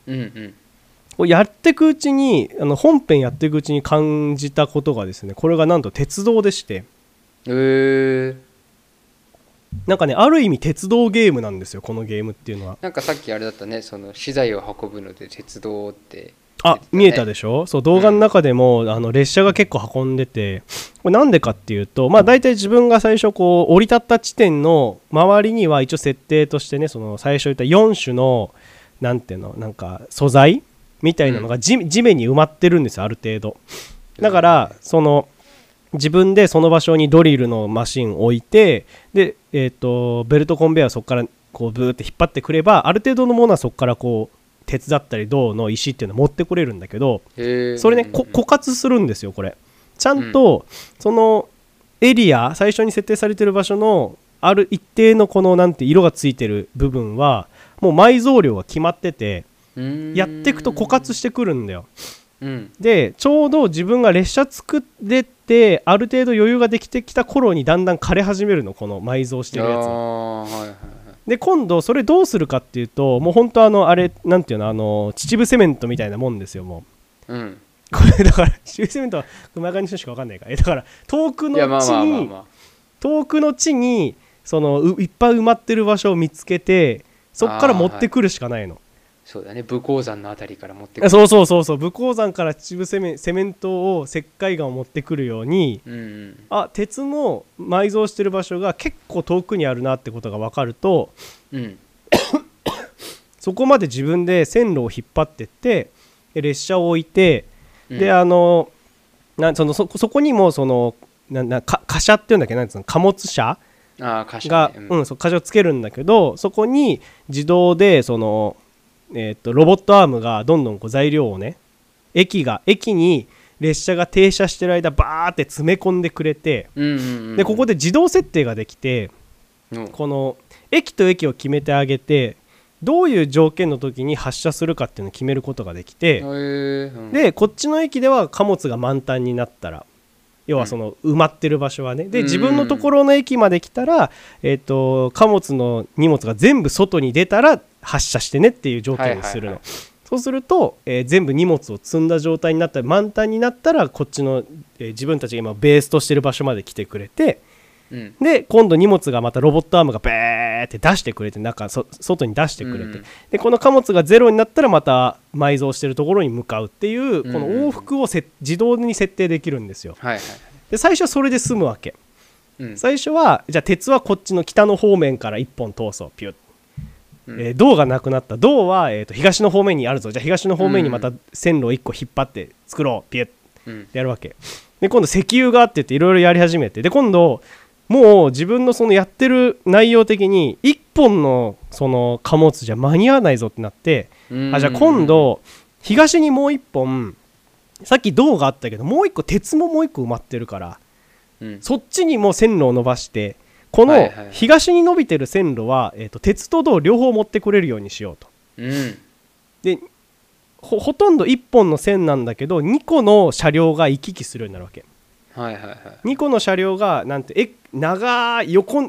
うんうん、やっていくうちにあの本編やっていくうちに感じたことがですね、これがなんと鉄道でして、 へー、 なんかね、ある意味鉄道ゲームなんですよこのゲームっていうのは。 なんかさっきあれだったね、その資材を運ぶので鉄道って、 あ、見えたでしょ。そう、動画の中でも、うん、あの列車が結構運んでて、これなんでかっていうと、まあ大体自分が最初こう降り立った地点の周りには一応設定としてね、その最初言ったよん種のなんていうの、なんか素材みたいなのが 地,、うん、地面に埋まってるんですよ、ある程度。だからその自分でその場所にドリルのマシンを置いて、で、えーと、ベルトコンベヤーそこからこうブーって引っ張ってくれば、ある程度のものはそこからこう鉄だったり銅の石っていうのを持ってこれるんだけど、それね、こ枯渇するんですよこれ。ちゃんとそのエリア、最初に設定されてる場所のある一定のこのなんて色がついてる部分はもう埋蔵量が決まってて、やっていくと枯渇してくるんだよ。うん、でちょうど自分が列車作ってってある程度余裕ができてきた頃にだんだん枯れ始めるの、この埋蔵してるやつ。はいはいはい、で今度それどうするかっていうと、もう本当あのあれなんていうの、あの秩父セメントみたいなもんですよもう、うん、これだから秩父セメントは熊谷の人しか分かんないから、えだから遠くの地に遠くの地にそのいっぱい埋まってる場所を見つけて、そこから持ってくるしかないの。 そうだね、武甲山のあたりから持ってくる。 そうそうそうそう、武甲山から秩父セメン、セメントを石灰岩を持ってくるように、うんうん、あ鉄の埋蔵してる場所が結構遠くにあるなってことが分かると、うん、そこまで自分で線路を引っ張ってって列車を置いて、うん、であのな そ, の そ, そこにもそのななか貨車っていうんだっけ、なんつうの、貨物車あ貨車、 が、 ね、 うん、そう貨車をつけるんだけど、そこに自動でそのえー、とロボットアームがどんどんこう材料をね、駅が駅に列車が停車してる間バーって詰め込んでくれて、うんうんうん、でここで自動設定ができて、うん、この駅と駅を決めてあげて、どういう条件の時に発車するかっていうのを決めることができて、うん、でこっちの駅では貨物が満タンになったら、要はその埋まってる場所はね、で自分のところの駅まで来たら、えーと貨物の荷物が全部外に出たら発車してねっていう条件にするの、はいはいはい、そうすると、えー、全部荷物を積んだ状態になったら、満タンになったらこっちの、えー、自分たちが今ベースとしてる場所まで来てくれて、うん、で今度荷物がまたロボットアームがベーって出してくれて、中そ外に出してくれて、うん、でこの貨物がゼロになったらまた埋蔵してるところに向かうっていう、この往復をせ自動に設定できるんですよ、はいはい、で最初はそれで済むわけ、うん、最初はじゃあ鉄はこっちの北の方面からいっぽん通そう、ピュッ、うん、えー、銅がなくなった、銅は、えー、と東の方面にあるぞ、じゃあ東の方面にまた線路をいっこ引っ張って作ろう、ピュッ、うん、やるわけで、今度石油があってっていろいろやり始めて、で今度もう自分のそのやってる内容的にいっぽんのその貨物じゃ間に合わないぞってなって、あじゃあ今度東にもういっぽん、さっき銅があったけどもういっこ鉄ももういっこ埋まってるから、うん、そっちにも線路を伸ばして、この東に伸びてる線路は、えーと鉄と銅両方持ってこれるようにしようと、うん、で ほ, ほとんどいっぽんの線なんだけどにこの車両が行き来するようになるわけ、はいはいはい、にこの車両がなんてえ長い横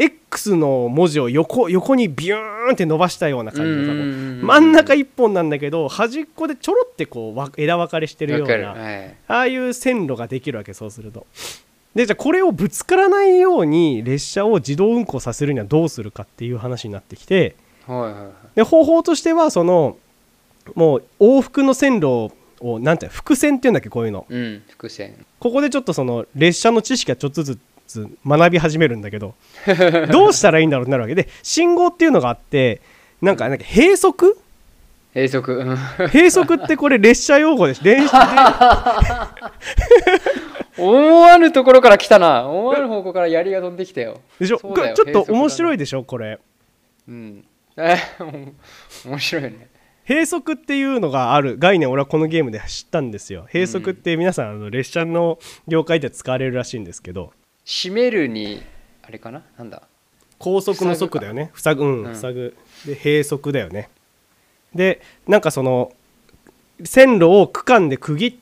X の文字を 横, 横にビューンって伸ばしたような感じでさ、真ん中いっぽんなんだけど端っこでちょろってこう枝分かれしてるような、はい、ああいう線路ができるわけ。そうするとでじゃあこれをぶつからないように列車を自動運行させるにはどうするかっていう話になってきて、はいはいはい、で方法としてはそのもう往復の線路をなんて伏線っていうんだっけ、こういうの、うん、伏線。ここでちょっとその列車の知識がちょっとずつ学び始めるんだけどどうしたらいいんだろうってなるわけで、信号っていうのがあって、なんかなんか閉塞閉塞閉塞ってこれ列車用語です。列車で思わぬところから来たな。思わぬ方向から槍が飛んできたよ。 でしょ。ちょっと面白いでしょこれ。 うん。え面白いね。 閉塞っていうのがある概念を俺はこのゲームで知ったんですよ。閉塞って皆さんあの列車の業界で使われるらしいんですけど、 閉めるにあれかな、なんだ、 高速の速だよね。塞ぐ、うん、塞ぐで閉塞だよね。でなんかその線路を区間で区切って、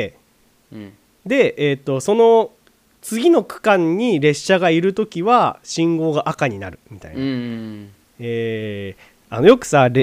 うん、で、えーと、その次の区間に列車がいるときは信号が赤になるみたいな、うん、えー、あのよくさレ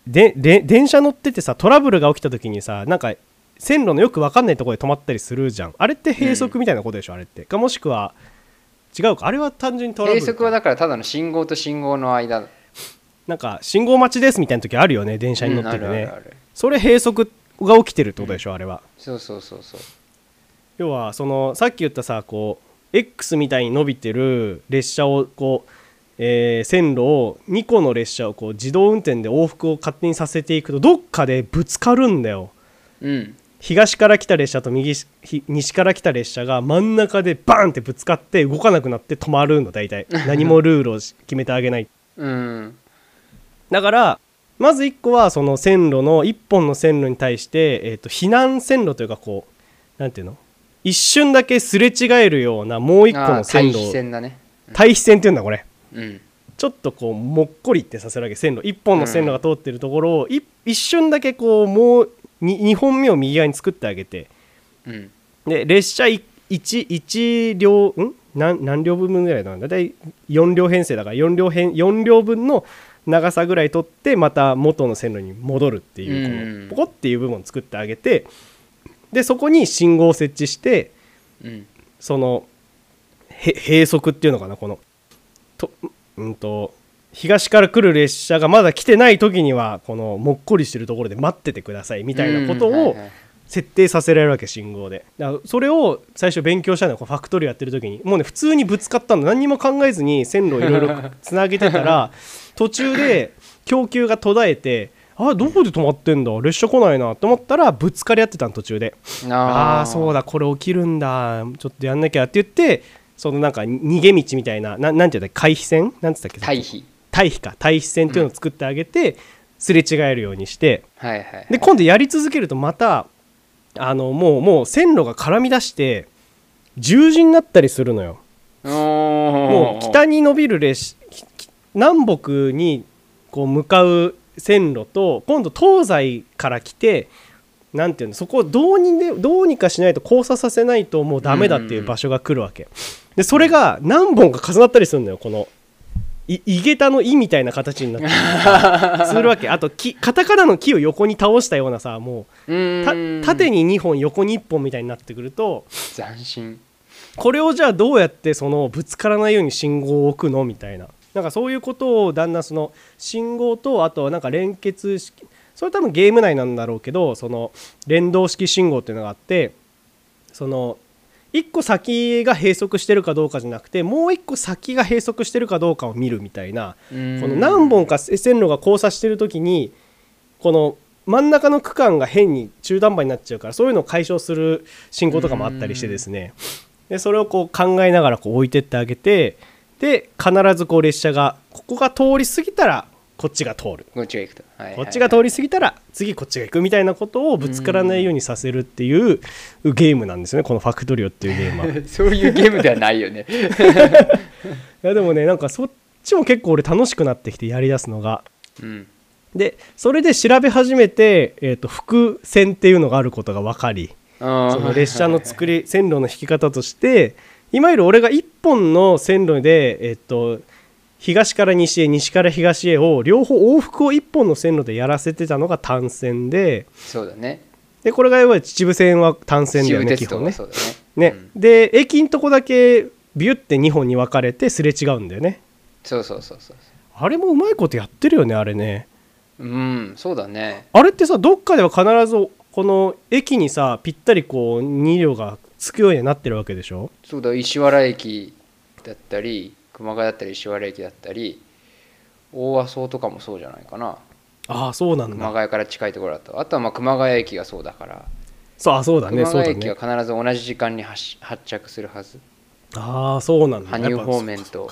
でで電車乗っててさトラブルが起きた時にさなんか線路のよく分かんないところで止まったりするじゃん。あれって閉塞みたいなことでしょ、うん、あれってかもしくは違うか。あれは単純にトラブル。 閉塞はだからただの信号と信号の間なんか信号待ちですみたいな時あるよね電車に乗っててね、うん、あるあるある。それ閉塞が起きてるってことでしょ、うん、あれは。 そうそうそうそう。 要はそのさっき言ったさこう X みたいに伸びてる列車をこう、えー、線路をにこの列車をこう自動運転で往復を勝手にさせていくとどっかでぶつかるんだよ、 うん、 東から来た列車と右西から来た列車が真ん中でバーンってぶつかって動かなくなって止まるの大体何もルールを決めてあげない、 うん、 だからまずいっこはその線路のいっぽんの線路に対して、えーと避難線路というかこうなんていうの一瞬だけすれ違えるようなもう一個の線路を対比線だね、 うん、対比線っていうんだこれ、 うん、 ちょっとこうもっこりってさせるわけ。線路いっぽんの線路が通ってるところを、うん、一瞬だけこうもうにほんめを右側に作ってあげて、うん、で列車 いち, いち両ん 何, 何両分ぐらいなんだだいたいよん両編成だからよん両編よん両分の長さぐらい取ってまた元の線路に戻るっていう、うん、このポコっていう部分を作ってあげてでそこに信号を設置して、うん、その閉塞っていうのかなこのと、うん、と東から来る列車がまだ来てない時にはこのもっこりしてるところで待っててくださいみたいなことを設定させられるわけ信号で。だからそれを最初勉強したのよファクトリーやってる時に。もうね普通にぶつかったの何にも考えずに線路をいろいろつなげてたら途中で供給が途絶えてあどこで止まってんだ列車来ないなと思ったらぶつかり合ってたの途中で。ああそうだこれ起きるんだちょっとやんなきゃって言ってそのなんか逃げ道みたいな な, なんていうんだっけ回避線なんて言ったっけ対比対比か対比線っていうのを作ってあげて、うん、すれ違えるようにして、 はいはいはい、 で今度やり続けるとまたあのもうもう線路が絡み出して十字になったりするのよ。もう北に伸びる列南北にこう向かう線路と今度東西から来てなんていうのそこをどうにでどうにかしないと交差させないともうダメだっていう場所が来るわけでそれが何本か重なったりするんだよ。このい井桁の「い」みたいな形になってするわけ。あと木カタカナの木を横に倒したようなさもうた縦ににほん横にいっぽんみたいになってくると斬新。 これをじゃあどうやってそのぶつからないように信号を置くのみたいななんかそういうことをだんだんその信号とあとなんか連結式それ多分ゲーム内なんだろうけどその連動式信号っていうのがあってそのいっこ先が閉塞してるかどうかじゃなくてもういっこ先が閉塞してるかどうかを見るみたいなこの何本か線路が交差してる時にこの真ん中の区間が変に中途半端になっちゃうからそういうのを解消する信号とかもあったりしてですねでそれをこう考えながらこう置いてってあげてで必ずこう列車がここが通り過ぎたらこっちが通るこっちが行くと、はいはいはい、 こっちが通り過ぎたら次こっちが行くみたいなことをぶつからないようにさせるっていうゲームなんですよねこのファクトリオっていうゲームはそういうゲームではないよねいやでもねなんかそっちも結構俺楽しくなってきてやりだすのが、うん、でそれで調べ始めて、えーと、複線っていうのがあることが分かりその列車の作り線路の引き方としていわゆる俺がいっぽんの線路で、えーと東から西へ西から東へを両方往復をいっぽんの線路でやらせてたのが単線でそうだねでこれがいわゆる秩父線は単線だよね基本ねそうだね、 ね、うん、で駅のとこだけビュってにほんに分かれてすれ違うんだよね。 そうそうそうそうあれもうまいことやってるよねあれね。 うんそうだね。 あれってさどっかでは必ずこの駅にさぴったりこうに両がつくようになってるわけでしょ。 そうだ石原駅だったり熊谷だったり石原駅だったり大麻荘とかもそうじゃないかな。 ああそうなんだ。 熊谷から近いところだとあとはまあ熊谷駅がそうだからそうあそうだね熊谷駅は必ず同じ時間に 発, 発着するはず。 ああそうなんだ。 羽生方面と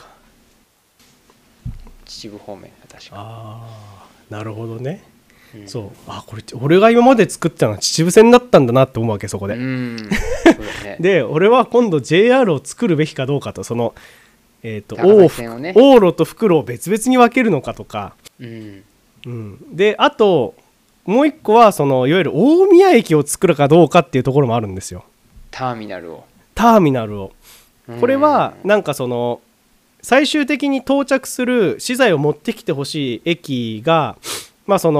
秩父方面が確か。 ああなるほどね、うん、そうあこれ俺が今まで作ったのは秩父線だったんだなって思うわけそこで。うんそうだね、で俺は今度 ジェイアール を作るべきかどうかとそのえー、と往復、ね、往路と復路を別々に分けるのかとか、うんうん、であともう一個はそのいわゆる大宮駅を作るかどうかっていうところもあるんですよ。 ターミナルをターミナルをこれはなんかその最終的に到着する資材を持ってきてほしい駅がまあその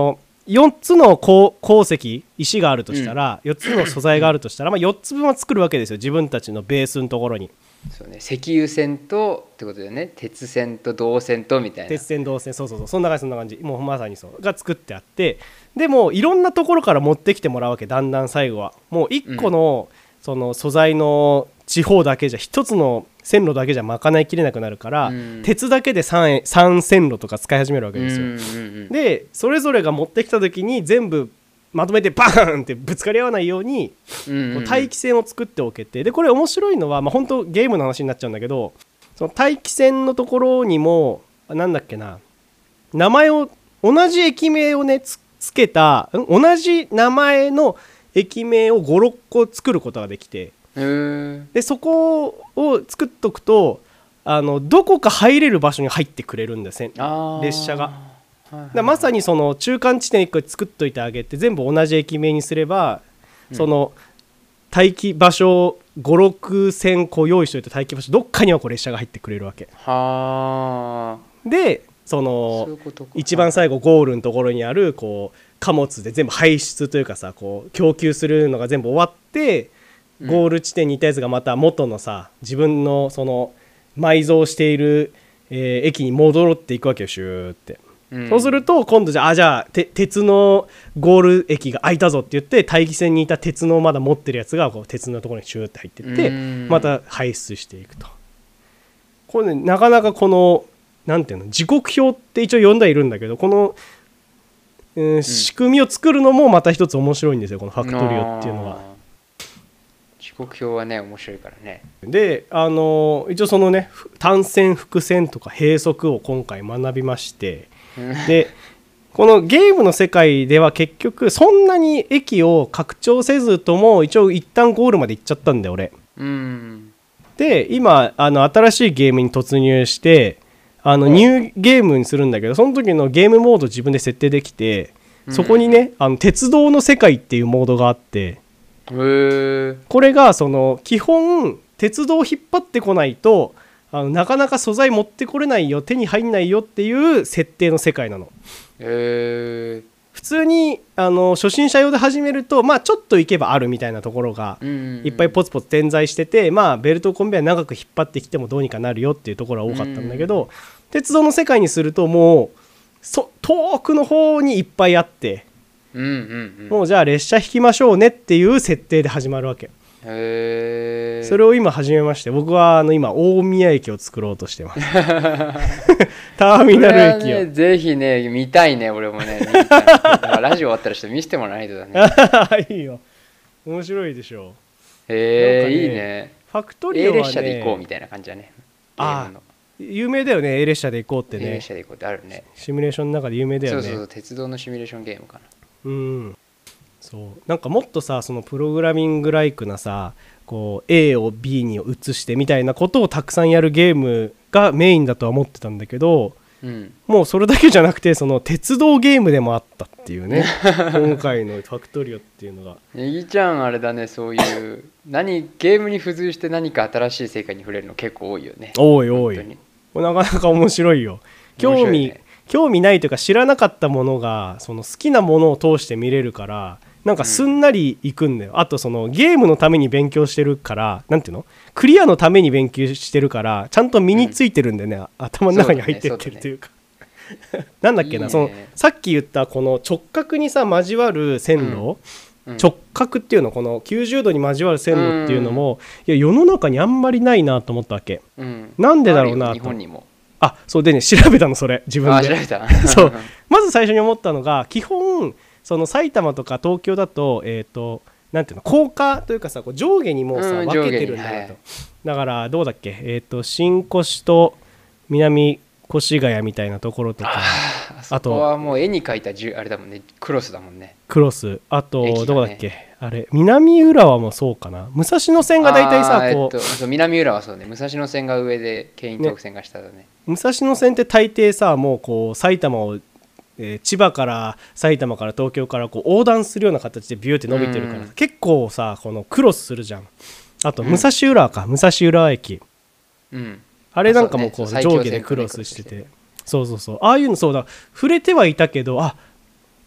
よっつの鉱石石があるとしたら、うん、よっつの素材があるとしたら、まあ、よっつぶんは作るわけですよ、自分たちのベースのところに。 そうね、石油線とってことだよね、鉄線と銅線とみたいな。 鉄線銅線、そうそうそう、そんな感じそんな感じ、もうまさにそうが作ってあって、でもいろんなところから持ってきてもらうわけ。だんだん最後はもういっこの、うん、その素材の地方だけじゃひとつの線路だけじゃ賄いきれなくなるから、うん、鉄だけで 3, 3線路とか使い始めるわけですよ、うんうんうん、でそれぞれが持ってきた時に全部まとめてバーンってぶつかり合わないように、うんうんうん、待機線を作っておけて、でこれ面白いのは、まあ、本当ゲームの話になっちゃうんだけど、その待機線のところにもなんだっけな、名前を同じ駅名をね つ, つけた同じ名前の駅名をごろっこ作ることができて、でそこを作っとくとあのどこか入れる場所に入ってくれるんですね、列車が。だまさにその中間地点いっこ作っといてあげて全部同じ駅名にすれば、うん、その待機場所ごろくせんこ用意しといて待機場所どっかにはこう列車が入ってくれるわけは。でその一番最後ゴールのところにあるこう貨物で全部排出というかさ、こう供給するのが全部終わってゴール地点にいたやつがまた元のさ自分のその埋蔵している、えー、駅に戻っていくわけよ、シューって、うん、そうすると今度じゃああじゃあて鉄のゴール駅が開いたぞって言って待機線にいた鉄のまだ持ってるやつがこう鉄のところにシューって入っていって、うん、また排出していくと。これねなかなかこのなんていうの時刻表って一応読んだらいるんだけど、この、うん、仕組みを作るのもまた一つ面白いんですよ、このファクトリオっていうのは。 時刻表はね面白いからね。 であの一応そのね単線複線とか閉塞を今回学びましてでこのゲームの世界では結局そんなに駅を拡張せずとも一応一旦ゴールまで行っちゃったんだよ俺。うんで今あの新しいゲームに突入してあのニューゲームにするんだけど、その時のゲームモード自分で設定できて、そこにねあの鉄道の世界っていうモードがあって、へこれがその基本鉄道を引っ張ってこないとあのなかなか素材持ってこれないよ、手に入んないよっていう設定の世界なの。へ普通にあの初心者用で始めると、まあ、ちょっと行けばあるみたいなところがいっぱいポツポツ点在してて、まあ、ベルトコンベヤー長く引っ張ってきてもどうにかなるよっていうところは多かったんだけど、鉄道の世界にするともうそ遠くの方にいっぱいあって、うんうんうん、もうじゃあ列車引きましょうねっていう設定で始まるわけ。へそれを今始めまして、僕はあの今大宮駅を作ろうとしてますターミナル駅を、 ね、ぜひね見たいね俺もね。見たいラジオ終わったらちょっと見せてもらわないとだねいいよ面白いでしょ。 へえ、ね、いいね。 ファクトリオはね A 列車で行こうみたいな感じだね。 ああ有名だよね A 列車で行こうってね。 A 列車で行こうってあるね。 シミュレーションの中で有名だよね。 そうそうそう、鉄道のシミュレーションゲームかな。 うんそうなんかもっとさそのプログラミングライクなさこう A を B に移してみたいなことをたくさんやるゲームがメインだとは思ってたんだけど、うん、もうそれだけじゃなくてその鉄道ゲームでもあったっていうね今回のファクトリオっていうのがネギちゃんあれだね、そういう何ゲームに付随して何か新しい世界に触れるの結構多いよね。 多い多い、なかなか面白いよ。興味、ね、興味ないというか知らなかったものがその好きなものを通して見れるからなんかすんなりいくんだよ、うん、あとそのゲームのために勉強してるからなんていうのクリアのために勉強してるからちゃんと身についてるんだよね、うん、頭の中に入ってってるというかなんだっけないい、ね、そのさっき言ったこの直角にさ交わる線路、うん、直角っていうのこのきゅうじゅうどに交わる線路っていうのも、うん、いや世の中にあんまりないなと思ったわけ、うん、なんでだろうなと。 日本にもあそうでね調べたのそれ自分で。あ調べたそうまず最初に思ったのが基本その埼玉とか東京だとえっ、ー、となんていうの高架というかさこう上下にもうさ、うん、分けてるんだよと、はい、だからどうだっけえっ、ー、と新越と南越谷みたいなところとかあ, あとそこはもう絵に描いたじゅあれだもんねクロスだもんね。 クロスあと、ね、どうだっけあれ南浦和もそうかな武蔵野線が大体さこう、 えっと、そう南浦和そうね武蔵野線が上で京浜東北線が下だ ね, ね武蔵野線って大抵さもうこう埼玉をえー、千葉から埼玉から東京からこう横断するような形でビューって伸びてるから、うん、結構さこのクロスするじゃん。あと武蔵浦和か、うん、武蔵浦和駅、うん、あれなんかもこう、ね、上下でクロスしててそうそうそうああいうのそうだ触れてはいたけどあ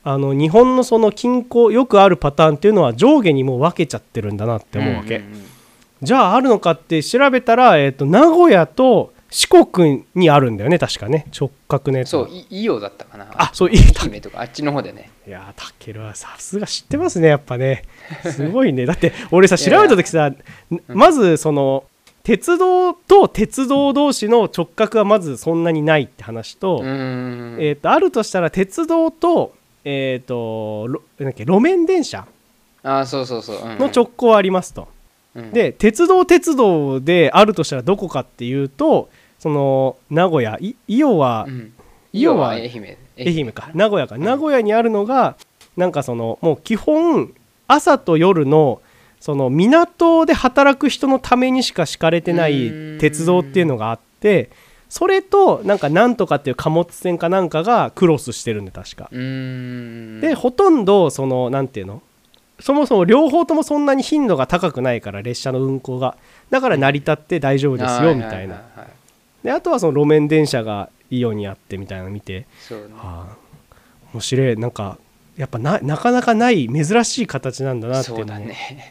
あの日本のその近郊よくあるパターンっていうのは上下にもう分けちゃってるんだなって思うわけ、うんうんうん、じゃああるのかって調べたら、えーと、名古屋と四国にあるんだよね確かね、直角のやつ。 そう伊予だったかな。 あ、そう、 愛媛とかあっちの方でね。 いやタケルはさすが知ってますねやっぱね、すごいね。だって俺さ調べた時さ、まずその鉄道と鉄道同士の直角はまずそんなにないって話と、 うん、 えーとあるとしたら鉄道とえーとなんだっけ路面電車あそうそうそう、うんうん、 の直行はありますと、うん、で鉄道鉄道であるとしたらどこかっていうとその名古屋、伊予は、うん、 伊予は愛媛愛媛か名古屋か、うん、名古屋にあるのがなんかそのもう基本朝と夜のその港で働く人のためにしか敷かれてない鉄道っていうのがあって、それとなんかなんとかっていう貨物船かなんかがクロスしてるんで確か。 うーんでほとんどそのなんていうのそもそも両方ともそんなに頻度が高くないから列車の運行がだから成り立って大丈夫ですよみたいな。であとはその路面電車が伊予にあってみたいなの見て、 そうね、 はあ、面白い。なんかやっぱ な, なかなかない珍しい形なんだなっていうのもそうだね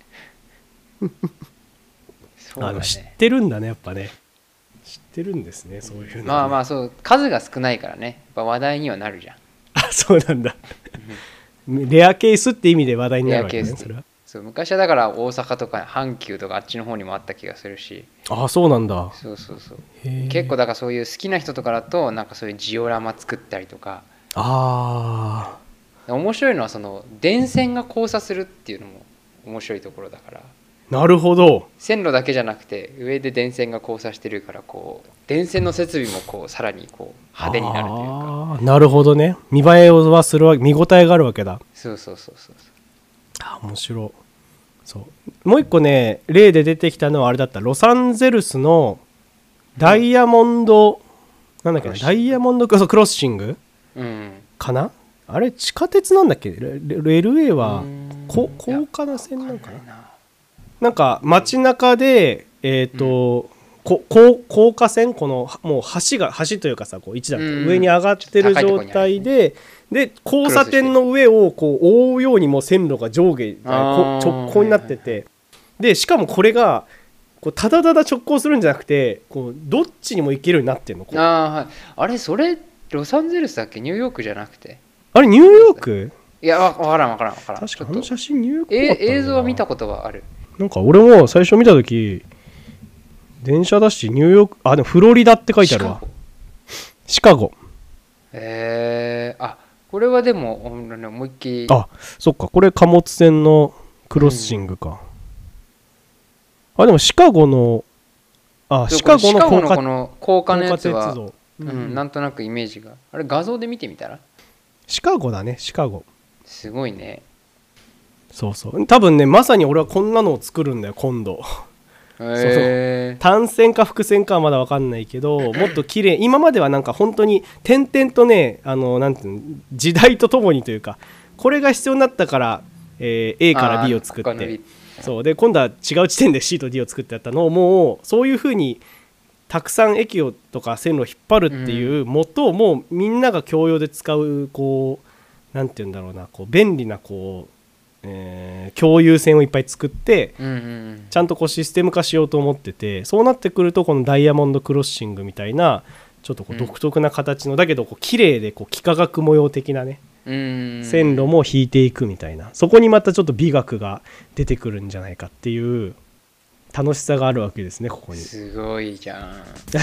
そうだね、あの知ってるんだねやっぱね。知ってるんですねそういうの、ね、 まあまあそう数が少ないからねやっぱ話題にはなるじゃん。 あそうなんだレアケースって意味で話題になるわけね。それはそう昔はだから大阪とか阪急とかあっちの方にもあった気がするし。 あそうなんだ。 そうそうそう結構だからそういう好きな人とかだとなんかそういうジオラマ作ったりとか。 ああ面白いのはその電線が交差するっていうのも面白いところだから。 なるほど。 線路だけじゃなくて上で電線が交差してるからこう電線の設備もこうさらにこう派手になるというか。 あなるほどね。見栄えはするわ見応えがあるわけだ。 そうそうそうそうあ面白い。そうもう一個ね例で出てきたのはあれだった。ロサンゼルスのダイヤモンド、うん、なんだっけなダイヤモンドクロッシング、うん、かなあれ地下鉄なんだっけ エルエー は高架な線なんかななんか街中でえっ、ー、と、うん、こ高架線このもう橋が橋というかさこう一段上に上がってる状態で、で交差点の上をこう覆うようにもう線路が上下直行になってて、でしかもこれがこうただただ直行するんじゃなくてこうどっちにも行けるようになってるの。 あ、はい、あれそれロサンゼルスだっけニューヨークじゃなくてあれニューヨークいや分からん分からん分からん。 確かあの写真ニューヨークだったのかな。 映像は見たことはある。 なんか俺も最初見たとき電車だしニューヨークあでもフロリダって書いてあるわ。シカゴ。 えー、あこれはでももう一回あそっかこれ貨物船のクロッシングか、うん、あでもシカゴのあシカゴの高架この高架のやつは、うんうん、なんとなくイメージがあれ画像で見てみたらシカゴだねシカゴ。 すごいね。 そうそう多分ねまさに俺はこんなのを作るんだよ今度。 へそうそう単線か複線かはまだ分かんないけどもっと綺麗今まではなんか本当に点々とねあのなんていうの時代とともにというかこれが必要になったから、えー、A から B を作ってそうで今度は違う地点で C と D を作ってやったのをもうそういう風にたくさん駅をとか線路を引っ張るっていう元をもうみんなが共用で使うこうなんていうんだろうなこう便利なこうえー、共有線をいっぱい作って、うんうんうん、ちゃんとこうシステム化しようと思っててそうなってくるとこのダイヤモンドクロッシングみたいなちょっとこう独特な形の、うん、だけどこう綺麗でこう幾何学模様的なね、うんうん、線路も引いていくみたいなそこにまたちょっと美学が出てくるんじゃないかっていう楽しさがあるわけですねここに。 すごいじゃん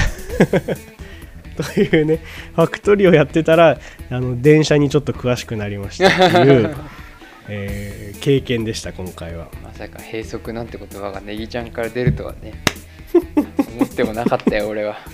というねファクトリーをやってたらあの電車にちょっと詳しくなりましたっていうえー、経験でした今回は。 まさか閉塞なんて言葉がネギちゃんから出るとはね思ってもなかったよ俺は。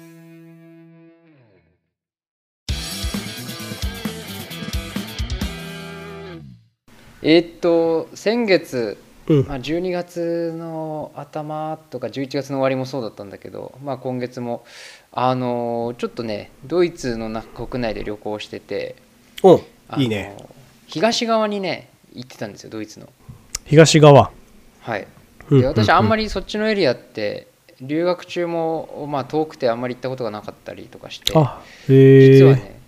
えーっと先月、うんまあ、じゅうにがつの頭とかじゅういちがつの終わりもそうだったんだけど、まあ、今月もあのー、ちょっとねドイツの国内で旅行してておいいね東側にね行ってたんですよドイツの東側。 はいで私あんまりそっちのエリアって留学中もまあ遠くてあんまり行ったことがなかったりとかしてあへ実はねそう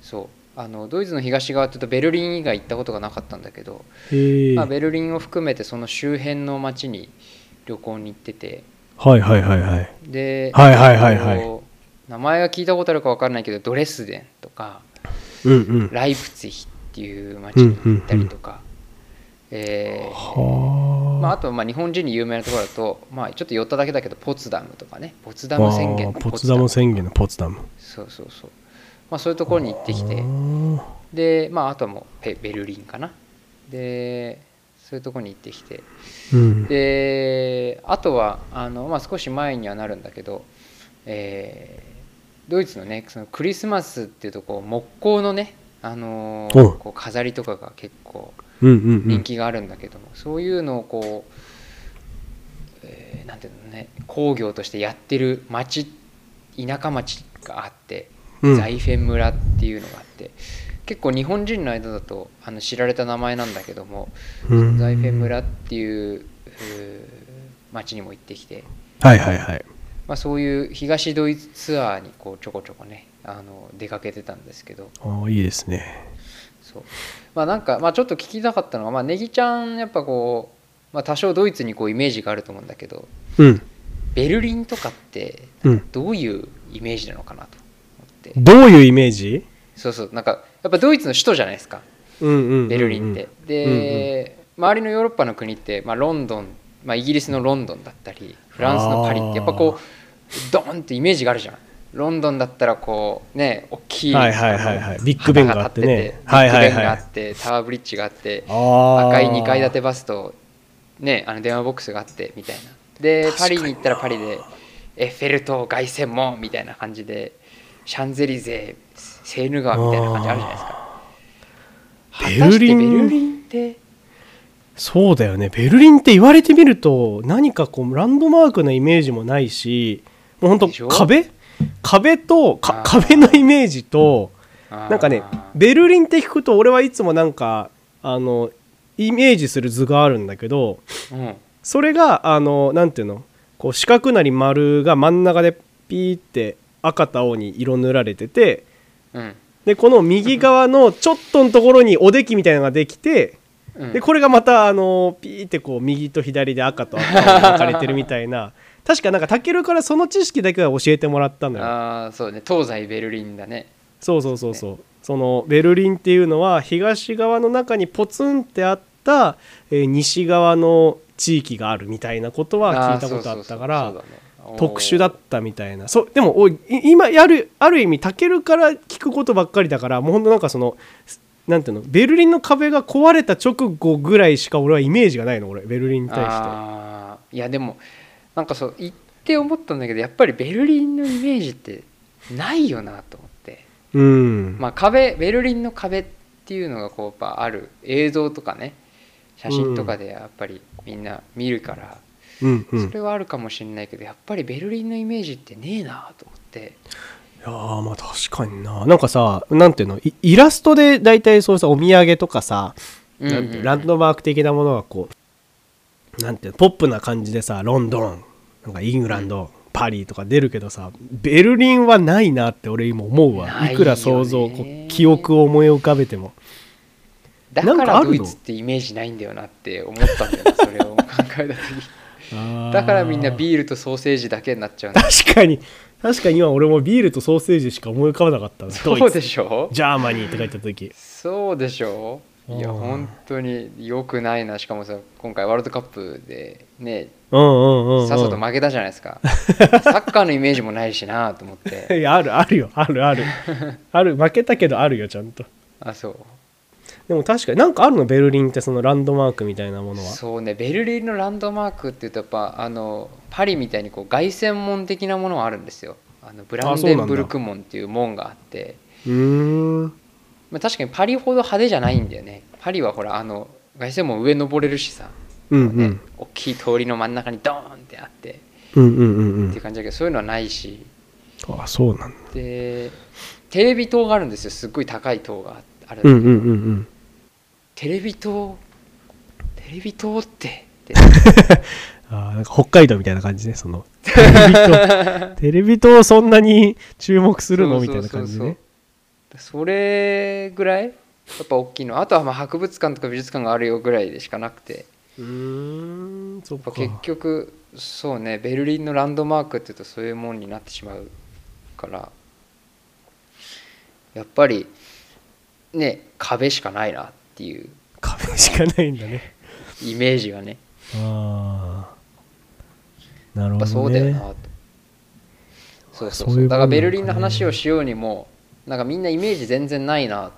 あのドイツの東側って言うとベルリン以外行ったことがなかったんだけど、まあ、ベルリンを含めてその周辺の街に旅行に行ってて、 はいはいはいはい。 で、 はいはいはいはい。 名前は聞いたことあるか分からないけど、ドレスデンとか、 うんうん、 ライプツィヒっていう街に行ったりとか、うんうんうん、えーまあ、あとまあ日本人に有名なところだと、まあ、ちょっと寄っただけだけどポツダムとかね、ポツダム宣言のポツダム宣言のポツダム、 そうそうそう、まあ、そういうところに行ってきて、で、まあ、あとはもうベルリンかな、でそういうところに行ってきて、うん、であとはあの、まあ、少し前にはなるんだけど、えー、ドイツのねそのクリスマスっていうとこう木工のね、あのー、こう飾りとかが結構人気があるんだけども、うんうんうん、そういうのをこう、えー、なんていうのね、工業としてやってる町、田舎町があって、うん、ザイフェン村っていうのがあって、結構日本人の間だとあの知られた名前なんだけども、うん、ザイフェン村っていう町にも行ってきて、 はいはいはい、 まあ、そういう東ドイツツアーにこうちょこちょこね、あの出かけてたんですけど、 あ、いいですね。 そう、まあ、なんか、まあ、ちょっと聞きたかったのが、まあ、ネギちゃんやっぱこう、まあ、多少ドイツにこうイメージがあると思うんだけど、 うん、 ベルリンとかってどういうイメージなのかなと思って、 うん、どういうイメージ？ そうそう、なんかやっぱドイツの首都じゃないですか、 うんうんうんうん、 ベルリンって。で、うんうん、周りのヨーロッパの国って、まあ、ロンドン、まあ、イギリスのロンドンだったりフランスのパリってやっぱこうドーンってイメージがあるじゃん。ロンドンだったらこうね、大きい、 はいはいはいはい、ビッグベンがあってね、 ビッグベンがあって、タワーブリッジがあって、赤いにかい建てバスとね、あの電話ボックスがあってみたいな。でパリに行ったらパリでエッフェル塔凱旋門みたいな感じで、シャンゼリゼセーヌ川みたいな感じあるじゃないですか。ベルリン、ベルリンってそうだよね。ベルリンって言われてみると何かこうランドマークのイメージもないし、もうほんと壁壁とか壁のイメージと、なんかね、ベルリンって聞くと俺はいつもなんかあのイメージする図があるんだけど、うん、それがあのなんていうの、こう四角なり丸が真ん中でピーって赤と青に色塗られてて、うん、でこの右側のちょっとのところにおできみたいなのができて、うん、でこれがまたあのピーってこう右と左で赤と青に分かれてるみたいな確かなんかタケルからその知識だけは教えてもらったのよ。 ああ、そうね、東西ベルリンだね。 そうそうそうそう、ね、そのベルリンっていうのは東側の中にポツンってあった、えー、西側の地域があるみたいなことは聞いたことあったから特殊だったみたいな。そうでもお今やるある意味タケルから聞くことばっかりだから、もうほんとなんかそのなんていうの、ベルリンの壁が壊れた直後ぐらいしか俺はイメージがないの、俺ベルリンに対して。 あ、いやでもなんかそう言って思ったんだけど、やっぱりベルリンのイメージってないよなと思って、 うん、 まあ壁、ベルリンの壁っていうのがこうやっぱある、映像とかね写真とかでやっぱりみんな見るから、うんうん、それはあるかもしれないけど、やっぱりベルリンのイメージってねえなと思って。 いやー、まあ確かにな。なんかさ、なんていうの、 イ, イラストでだいたいそうさ、お土産とかさ、うんうんうん、なんてランドマーク的なものがこうなんていうの、ポップな感じでさ、ロンドン、なんかイングランド、うん、パリとか出るけどさ、ベルリンはないなって俺今思うわ。いくら想像、こう記憶を思い浮かべても。 だからドイツってイメージないんだよなって思ったんだよね、それを考えた時だからみんなビールとソーセージだけになっちゃうんだ。 確かに確かに今俺もビールとソーセージしか思い浮かばなかった。 そうでしょ、 ジャーマニーって書いた時。そうでしょ、いや本当に良くないな。しかもさ、今回ワールドカップでね、さっさと負けたじゃないですかサッカーのイメージもないしなと思っていや、あるあるよ、あるあるある、負けたけどあるよ、ちゃんと。 あ、そう。 でも確かになんかあるの、ベルリンってそのランドマークみたいなものは。 そうね、ベルリンのランドマークっていうとやっぱあのパリみたいにこう凱旋門的なものはあるんですよ。あのブランデンブルク門っていう門があって、 うーん、 まあ、確かにパリほど派手じゃないんだよね。パリはほらあの凱旋門上登れるしさ、 うんうんね、 大きい通りの真ん中にドーンってあって、 うんうんうんうん、 っていう感じだけど、そういうのはないし。 あ、そうなんだ。 でテレビ塔があるんですよ。すっごい高い塔があるんだけど、 うんうんうんうん、 テレビ塔テレビ塔ってってあ、なんか北海道みたいな感じね、そのテレビ塔テレビ塔そんなに注目するのみたいな感じね。 それぐらいやっぱ大きいの。あとはまあ博物館とか美術館があるよぐらいでしかなくて、 うーんそっか結局そうね、ベルリンのランドマークっていうとそういうもんになってしまうから、やっぱりね壁しかないなっていう壁しかないんだねイメージがね。 ああなるほどね。やっぱそうだよなと。そうそうそう。だからベルリンの話をしようにもなんかみんなイメージ全然ないなと思って。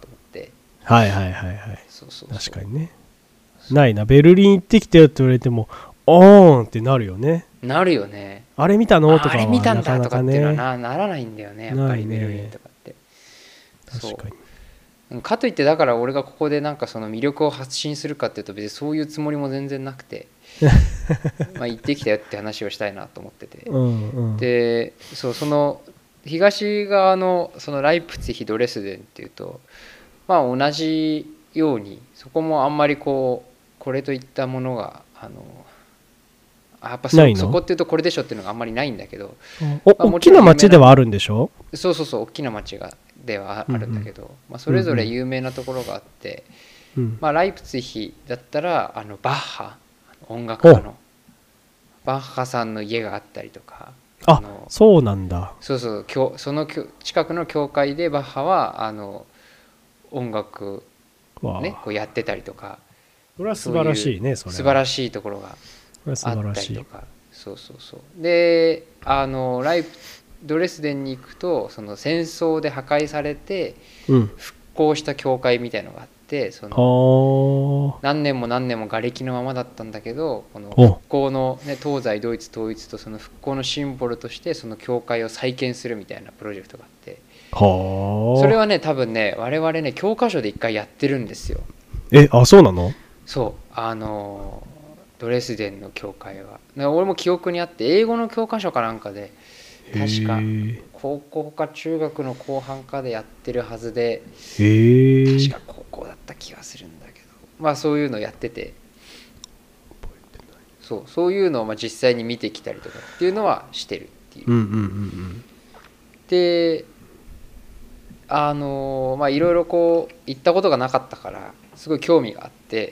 はいはいはいはい。 そうそうそう。 確かにね。ないな。ベルリン行ってきてよって言われてもおーんってなるよね。 なるよね。 あれ見たのとかはあれ見たんだとかっていうのはな, な, ならないんだよねやっぱりベルリンとかって。 確かに。 かといってだから俺がここでなんかその魅力を発信するかっていうと別にそういうつもりも全然なくてまあ行ってきたよって話をしたいなと思ってて、うん、うん、でそうその東側のそのライプツィヒドレスデンっていうとまあ同じようにそこもあんまりこうこれといったものがあのやっぱ そ, そこっていうとこれでしょっていうのがあんまりないんだけど、 お、まあ、大きな町ではあるんでしょ。 そうそうそう大きな町がではあるんだけど、うんうんまあ、それぞれ有名なところがあって、うんうんまあ、ライプツィヒだったらあのバッハ音楽家のバッハさんの家があったりとか、 あのそうなんだ。 そうそうその近くの教会でバッハはあの音楽ねこうやってたりとか、 それは素晴らしいね。それは素晴らしいところがあったりとか、そうそうそうであのライプドレスデンに行くとその戦争で破壊されて復興した教会みたいのがあって、その何年も何年も瓦礫のままだったんだけどこの復興の、ね、東西ドイツ統一とその復興のシンボルとしてその教会を再建するみたいなプロジェクトがあって、それはね多分ね我々ね教科書で一回やってるんですよ。 えあそうなの。 そうあのドレスデンの教会は俺も記憶にあって英語の教科書かなんかで確か高校か中学の後半かでやってるはずで、確か高校だった気がするんだけど、まあそういうのやってて、そうそういうのをまあ実際に見てきたりとかっていうのはしてるっていう。 うんうんうんうん、 であのまあいろいろこう行ったことがなかったからすごい興味があって、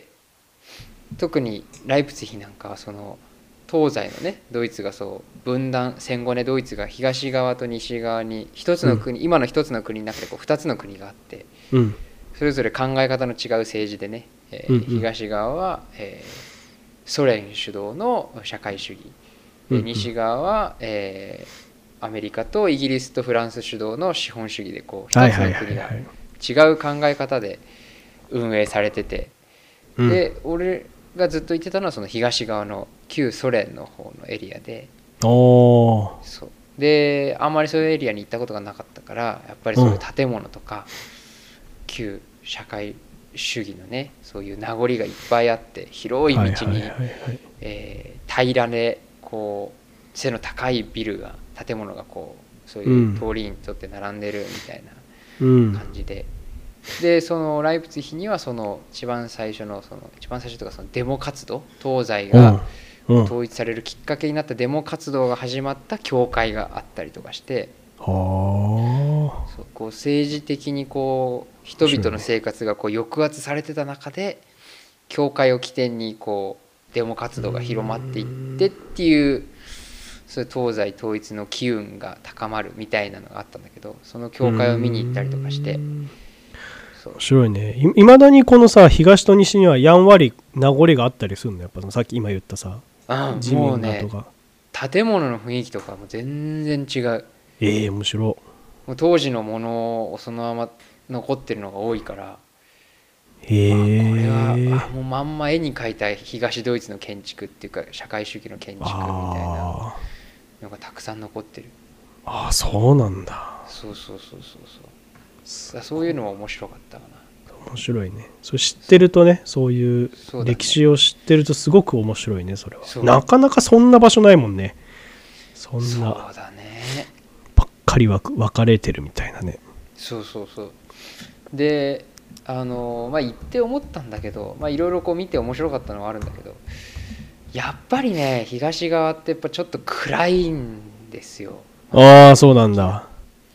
特にライプツィヒなんかはその東西のねドイツがそう分断戦後ねドイツが東側と西側に一つの国、うん、今の一つの国の中でこう二つの国があって、うん、それぞれ考え方の違う政治でね、えーうんうん、東側は、えー、ソ連主導の社会主義、うんうん、西側は、えー、アメリカとイギリスとフランス主導の資本主義でこう一つの国が違う考え方で運営されてて、うん、で俺がずっと言ってたのはその東側の旧ソ連の方のエリアで、 おそうであんまりそういうエリアに行ったことがなかったからやっぱりそういう建物とか、うん、旧社会主義のねそういう名残がいっぱいあって広い道に平らでこう背の高いビルが建物がこうそういう通りにとって並んでるみたいな感じで、うん、でそのライプツィヒにはその一番最初のその一番最初とかそのデモ活動東西が統一されるきっかけになったデモ活動が始まった教会があったりとかして、 はそうこう政治的にこう人々の生活がこう抑圧されてた中で教会を起点にこうデモ活動が広まっていってっていうそういう東西統一の機運が高まるみたいなのがあったんだけど、その教会を見に行ったりとかして、 面白いね。い, いまだにこのさ東と西にはやんわり名残があったりするのやっぱさっき今言ったさ地面だとか、もうね、建物の雰囲気とかも全然違う。 ええー、面白い。もう当時のものをそのまま残ってるのが多いから、 へえー、 これはあもうまんま絵に描いた東ドイツの建築っていうか社会主義の建築みたいなのがたくさん残ってる。 ああそうなんだ。 そうそうそうそうそう。そういうのは面白かったかな。 面白いね。それ知ってるとね、そういう歴史を知ってるとすごく面白いね。それはなかなかそんな場所ないもんね。そんなそうだねばっかり分かれてるみたいなね。 そうそうそう。であのまあ行って思ったんだけど、まあいろいろこう見て面白かったのはあるんだけど、やっぱりね東側ってやっぱちょっと暗いんですよ。 ああそうなんだ。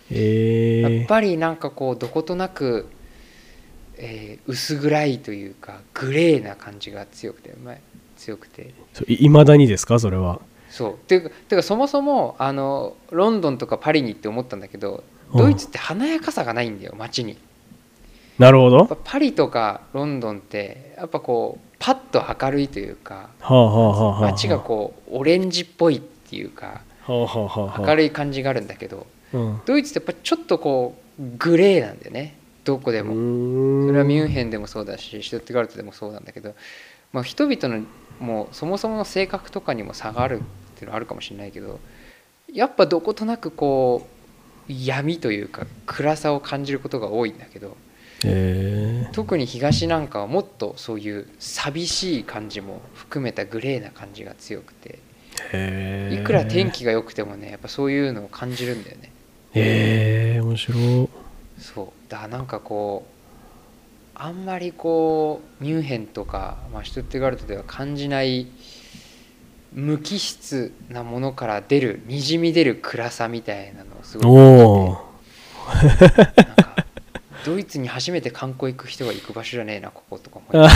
えー、 やっぱりなんかこうどことなく、えー、薄暗いというかグレーな感じが強くて、まあ、強くていまだにですかそれは。 そうていうか、ていうかそもそもあのロンドンとかパリに行って思ったんだけど、ドイツって華やかさがないんだよ街に。 なるほど。 パリとかロンドンってやっぱこうパッと明るいというか、 はあはあはあはあ、 街がこうオレンジっぽいっていうか、 はあはあはあ、 明るい感じがあるんだけど、 うん、 ドイツってやっぱちょっとこうグレーなんだよね、どこでも。それはミュンヘンでもそうだしシュトゥットガルトでもそうなんだけど、まあ、人々のもうそもそもの性格とかにも差があるっていうのはあるかもしれないけど、やっぱどことなくこう闇というか暗さを感じることが多いんだけど、 へー、 特に東なんかはもっとそういう寂しい感じも含めたグレーな感じが強くて、 へー、 いくら天気が良くてもねやっぱそういうのを感じるんだよね。 へー、面白い。 そうだからなんかこうあんまりこうミュンヘンとか、まあ、シュトゥットガルトでは感じない無機質なものから出るにじみ出る暗さみたいなのをすごく感じて、なんかドイツに初めて観光行く人が行く場所じゃねえなこことか思い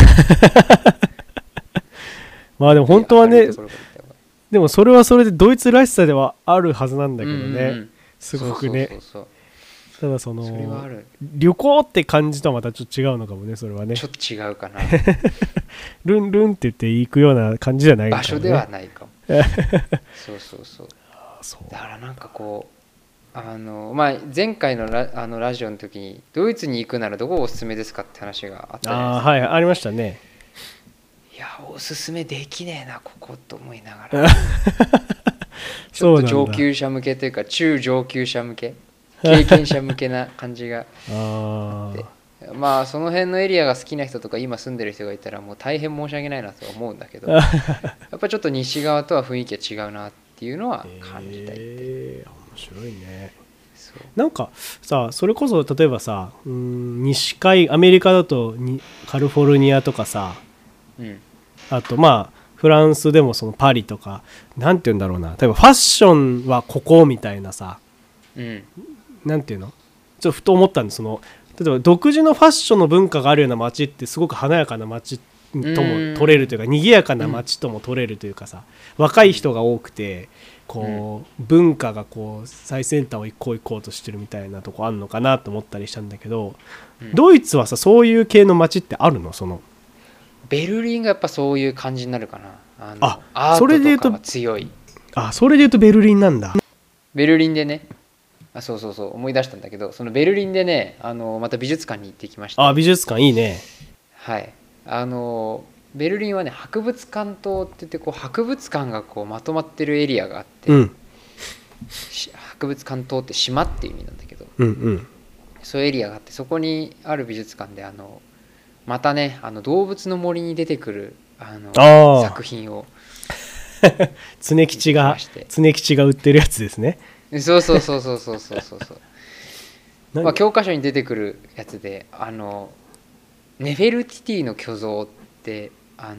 まあでも本当はね、でもそれはそれでドイツらしさではあるはずなんだけどね、うんうんうん、すごくね。そうそうそうそう、ただそのそれはある、旅行って感じとはまたちょっと違うのかもね、それはね。 ちょっと違うかなルンルンって言って行くような感じじゃないかもね。 場所ではないかもそうそうそう、そうだからなんかこうあの、まあ、前回の ラ, あのラジオの時にドイツに行くならどこがおすすめですかって話があったじゃないですか。 あ、はい、ありましたね。 いやおすすめできねえなここと思いながらちょっと上級者向けというか中上級者向け経験者向けな感じがあって、まあその辺のエリアが好きな人とか今住んでる人がいたらもう大変申し訳ないなとは思うんだけどやっぱちょっと西側とは雰囲気が違うなっていうのは感じたいって、 えー、面白いね。なんかさ、それこそ例えばさ、うーん、西海アメリカだとにカリフォルニアとかさ、うん、あとまあフランスでもそのパリとか、なんて言うんだろうな、例えばファッションはここみたいなさ、うん、なんていうの、ちょっとふと思ったんです。その例えば独自のファッションの文化があるような街ってすごく華やかな街とも取れるというか、賑やかな街とも取れるというかさ、若い人が多くてこう文化がこう最先端を一個一個としてるみたいなとこあるのかなと思ったりしたんだけど、ドイツはさそういう系の街ってあるの？そのベルリンがやっぱそういう感じになるかな。あのあ、 アートとかは強い。 あ、それで言うとベルリンなんだ。 ベルリンでね、あ、そうそうそう思い出したんだけど、そのベルリンでね、あのまた美術館に行ってきました。 あ、美術館いいね。 はい、あのベルリンはね博物館島って言ってこう博物館がこうまとまってるエリアがあって、うん、博物館島って島っていう意味なんだけど、うんうん、そういうエリアがあって、そこにある美術館であのまたねあの動物の森に出てくるあのあ作品を常吉が常吉が売ってるやつですね。 そうそうそうそうそうそうそうそうまあ教科書に出てくるやつで、あのネフェルティティの巨像ってあの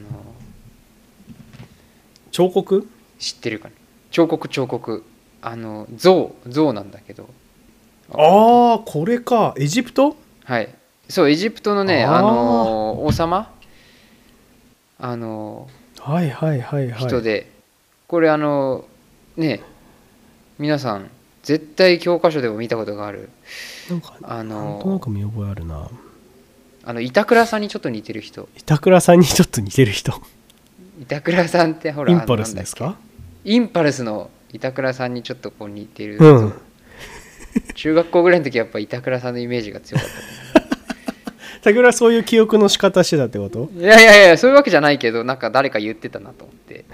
彫刻知ってるかな。彫刻彫刻あの像像なんだけど、 ああこれか、エジプト、 はい、そうエジプトのねあの王様あのはいはいはいはい人で、これあのね皆さん絶対教科書でも見たことがある、 なんかあのなんとなく見覚えあるな、 あの板倉さんにちょっと似てる人。 板倉さんにちょっと似てる人板倉さんってほらインパルスですか？ インパルスの板倉さんにちょっとこう似てる、うん、中学校ぐらいの時はやっぱ板倉さんのイメージが強かった板倉はそういう記憶の仕方してたってこと？ いやいやいやそういうわけじゃないけど、なんか誰か言ってたなと思って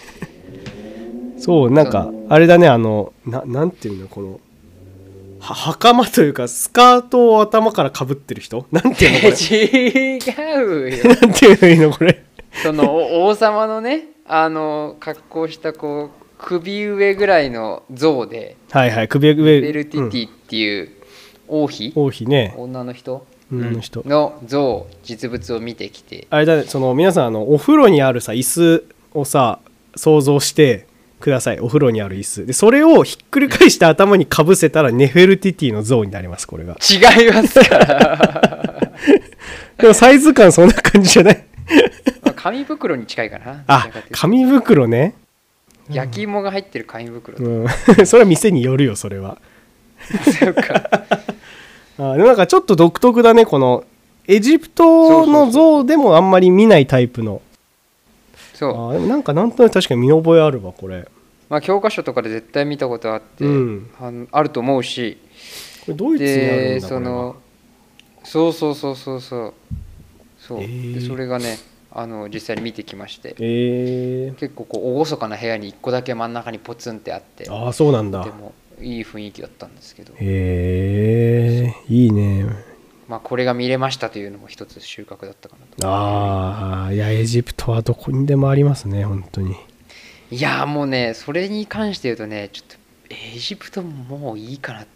そう、なんかあれだね、あの な, なんていうの、このは袴というかスカートを頭からかぶってる人、なんていうのこれ違うよなんていうのいいのこれその王様のねあの格好したこう首上ぐらいの像で、 はいはい、首上ベルティティっていう王妃、 うん、王妃ね、 女の人女の人の像実物を見てきて、 あれだね、その皆さんあのお風呂にあるさ椅子をさ想像してください。お風呂にある椅子で、それをひっくり返して頭にかぶせたらネフェルティティの像になります。これが違いますからでもサイズ感そんな感じじゃない紙袋に近いかな。 あ、紙袋ね。 焼き芋が入ってる紙袋、 うん、それは店によるよそれはそうかあ、でもなんかちょっと独特だね、このエジプトの像でもあんまり見ないタイプの。 そう、 あ、でもなんかなんとなく確かに見覚えあるわこれ。 まあ教科書とかで絶対見たことあって、うん、あ, あると思うし、 これドイツにあるんだ。 でそのそうそうそうそうそうそう、えー、でそれがね、あの実際に見てきまして、 えー、 結構こう厳かな部屋にいっこだけ真ん中にポツンってあって、 ああそうなんだ。 でもいい雰囲気だったんですけど、 へえ、いいね。 まあこれが見れましたというのも一つ収穫だったかなと。 ああ、いやエジプトはどこにでもありますね本当に。 いやもうね、それに関して言うとね、ちょっとエジプトももういいかなって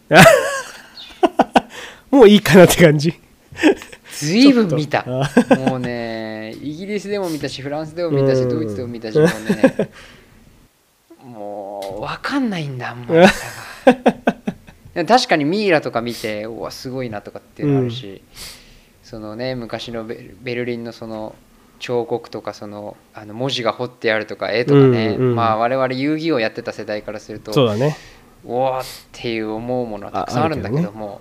もういいかなって感じずいぶん見た。もうね、イギリスでも見たし、フランスでも見たし、ドイツでも見たし、もうね、もう分かんないんだ、もう確かにミイラとか見て、うわすごいなとかっていうのあるし、うん、そのね、昔の ベ, ベルリンのその彫刻とか、そのあの文字が彫ってあるとか絵とかね、うんうん、まあ我々遊戯王やってた世代からすると、 そうだね、 おわっていう思うものはたくさんあるんだけども、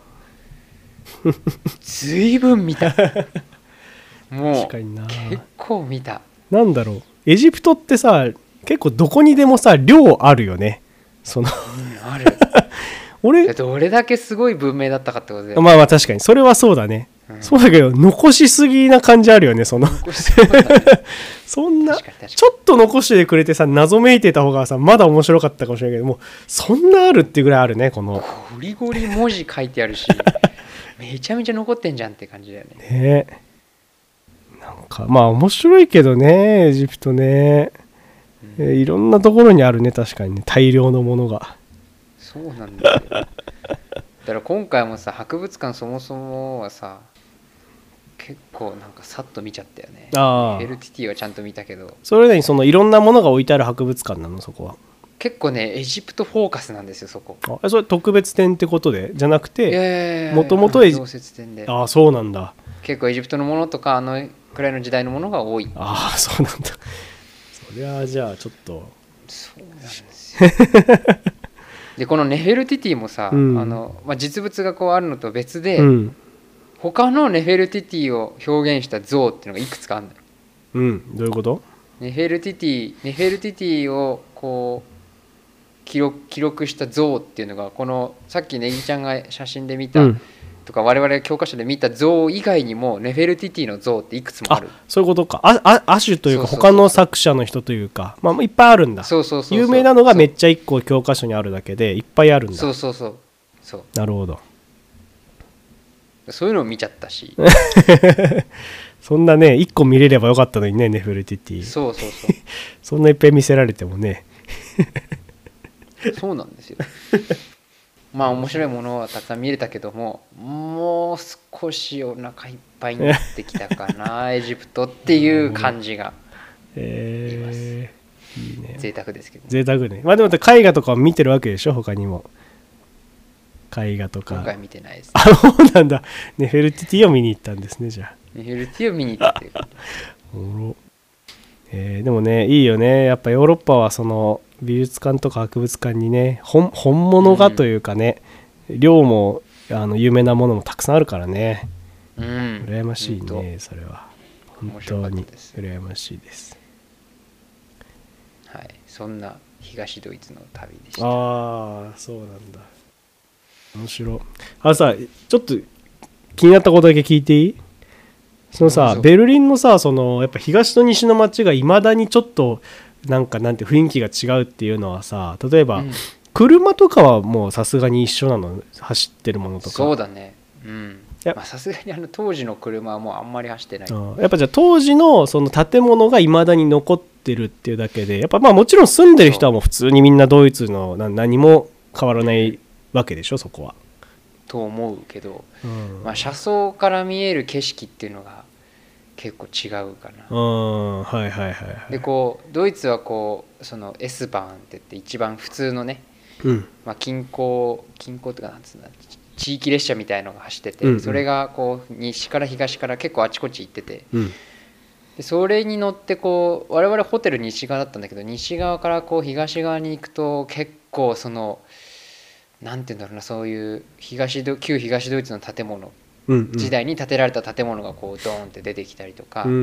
ずいぶん見たもう結構見た。 なんだろう、エジプトってさ結構どこにでもさ量あるよね、その、 うん、ある俺どれだけすごい文明だったかってことで、 まあまあ確かにそれはそうだね、うん、そうだけど残しすぎな感じあるよね、そのそんなちょっと残してくれてさ謎めいてた方がさまだ面白かったかもしれないけど、もうそんなあるっていうぐらいあるね、このゴリゴリ文字書いてあるしめちゃめちゃ残ってんじゃんって感じだよね。 ね、なんかまあ面白いけどねエジプトね、うん、えいろんなところにあるね、確かにね、大量のものが。 そうなんだよだから今回もさ、博物館そもそもはさ結構なんかさっと見ちゃったよね。あ エルティーティー はちゃんと見たけど、 それなりにそのいろんなものが置いてある博物館なの、そこは。 結構ねエジプトフォーカスなんですよ、そこ。 あ、それ特別展ってことでじゃなくて、もともとエジプト、 ああそうなんだ。 結構エジプトのものとかあのくらいの時代のものが多い。 ああそうなんだ。そりゃあじゃあちょっとそうなんですよでこのネフェルティティもさ、うん、あのまあ、実物がこうあるのと別で、うん、他のネフェルティティを表現した像っていうのがいくつかあるんだよ。 うん、どういうこと？ ネフェルティティネフェルティティをこう記録、記録した像っていうのが、このさっきネギちゃんが写真で見た、うん、とか我々教科書で見た像以外にもネフェルティティの像っていくつもある。 あ、そういうことか。ああ亜種というか他の作者の人というか、まあ、いっぱいあるんだ。 そうそうそうそう、 有名なのがめっちゃいっこ教科書にあるだけでいっぱいあるんだ。 そうそうそうそう、 なるほど。 そういうのを見ちゃったしそんなねいっこ見れればよかったのにね、ネフェルティティ。 そうそうそうそんないっぱい見せられてもねそうなんですよまあ面白いものはたくさん見れたけども、もう少しお腹いっぱいになってきたかなエジプトっていう感じがいます、えー、いいね。贅沢ですけど、ね、 贅沢ね。まあでも絵画とか見てるわけでしょ、他にも。絵画とか今回見てないです、ね、 あ、そうなんだ。ネフェルティティを見に行ったんですね、じゃあ。 ネフェルティティを見に行ったっていうかおもろ、えー、でもねいいよね、やっぱヨーロッパはその美術館とか博物館にね 本, 本物がというかね、うん、量もあの有名なものもたくさんあるからね、うん、羨ましいね。それは本当に羨ましいです。 はい、そんな東ドイツの旅でした。 ああそうなんだ、面白い。あのさちょっと気になったことだけ聞いていい？そのさベルリンのさそのやっぱ東と西の街がいまだにちょっとなんかなんて雰囲気が違うっていうのはさ、例えば、うん、車とかはもうさすがに一緒なの？走ってるものとか。 そうだね、うん、さすがにあの当時の車はもうあんまり走ってない。 あやっぱじゃあ当時のその建物がいまだに残ってるっていうだけで、やっぱまあもちろん住んでる人はもう普通にみんなドイツのな何も変わらないわけでしょ、そこは。 と思うけど、うん、まあ、車窓から見える景色っていうのが結構違うかな。 うん、はいはいはいはい。 でこうドイツはこうその S バーンって言って一番普通のね、 うんまあ、近郊近郊とかなんつうんだ地域列車みたいのが走ってて、 うんうん、 それがこう西から東から結構あちこち行ってて、 うん、 でそれに乗ってこう我々ホテル西側だったんだけど、西側からこう東側に行くと結構そのなんていうんだろうな、そういう東ド旧東ドイツの建物時代に建てられた建物がこうドーンって出てきたりとか、 うん、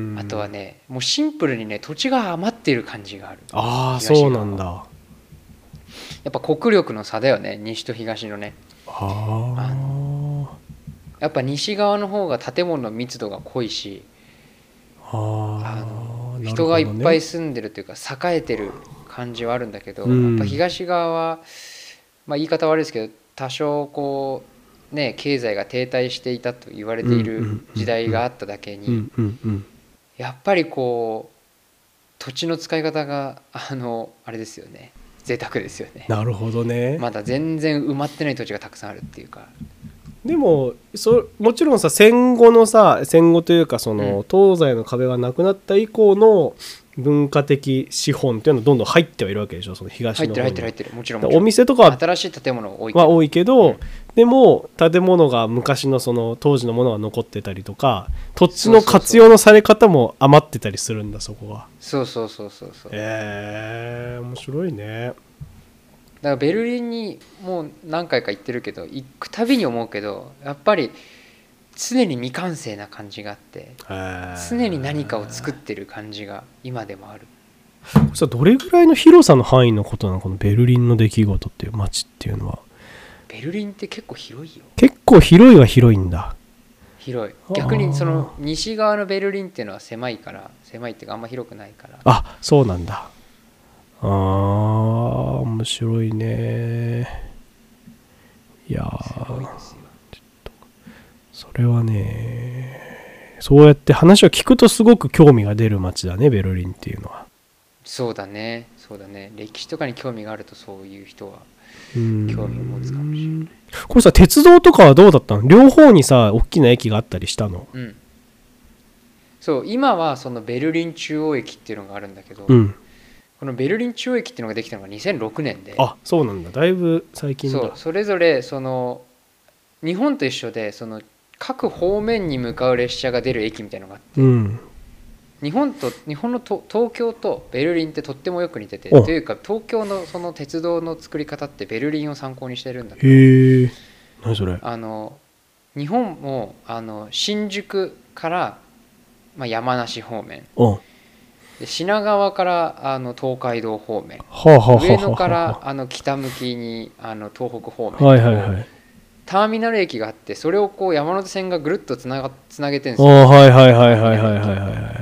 あとはねもうシンプルにね土地が余っている感じがある。 ああそうなんだ。 やっぱ国力の差だよね、西と東のね。 ああやっぱ西側の方が建物の密度が濃いし、 ああの人がいっぱい住んでるというか栄えてる感じはあるんだけど、うん、やっぱ東側は、まあ、言い方悪いですけど多少こうね経済が停滞していたと言われている時代があっただけに、やっぱりこう土地の使い方があのあれですよね、贅沢ですよね。 なるほどね。 まだ全然埋まってない土地がたくさんあるっていうか。 でもそもちろんさ戦後のさ戦後というかその、うん、東西の壁がなくなった以降の文化的資本っていうのはどんどん入ってはいるわけでしょ、その東の方に。 入ってる入ってる入ってる、もちろんもちろん。 お店とかは新しい建物多いけど、は多いけど、うん、でも建物が昔のその当時のものが残ってたりとか、土地の活用のされ方も余ってたりするんだ、そこが。 そうそうそうそうそう。 えー、面白いね。 だからベルリンにもう何回か行ってるけど、行くたびに思うけど、やっぱり常に未完成な感じがあって、常に何かを作ってる感じが今でもある。 それどれぐらいの広さの範囲のことなの、このベルリンの出来事っていう街っていうのは。 ベルリンって結構広いよ。 結構広いは広いんだ。 広い。逆にその西側のベルリンっていうのは狭いから、狭いっていうかあんま広くないから。 あ、そうなんだ。あー、面白いね。いやー、すごいですよ。ちょっとそれはね、そうやって話を聞くとすごく興味が出る街だね、ベルリンっていうのは。 そうだね、そうだね。歴史とかに興味があるとそういう人は興味を持つかもしれない。 これさ、鉄道とかはどうだったの？両方にさ、大きな駅があったりしたの？ うん。そう、今はそのベルリン中央駅っていうのがあるんだけど、 うん、 このベルリン中央駅っていうのができたのがにせんろくねんで。 あ、そうなんだ。だいぶ最近だ。 そう、それぞれその日本と一緒でその各方面に向かう列車が出る駅みたいなのがあって、うん、日本と日本のと東京とベルリンってとってもよく似てて、というか東京のその鉄道の作り方ってベルリンを参考にしてるんだけど、 へえ、何それ。 あの日本もあの新宿から、まあ、山梨方面、で品川からあの東海道方面、はあはあはあはあ、上野からあの北向きにあの東北方面、はいはいはい、ターミナル駅があって、それをこう山手線がぐるっとつながつなげてるんですよ。 はいはいはいはいはいはいはい。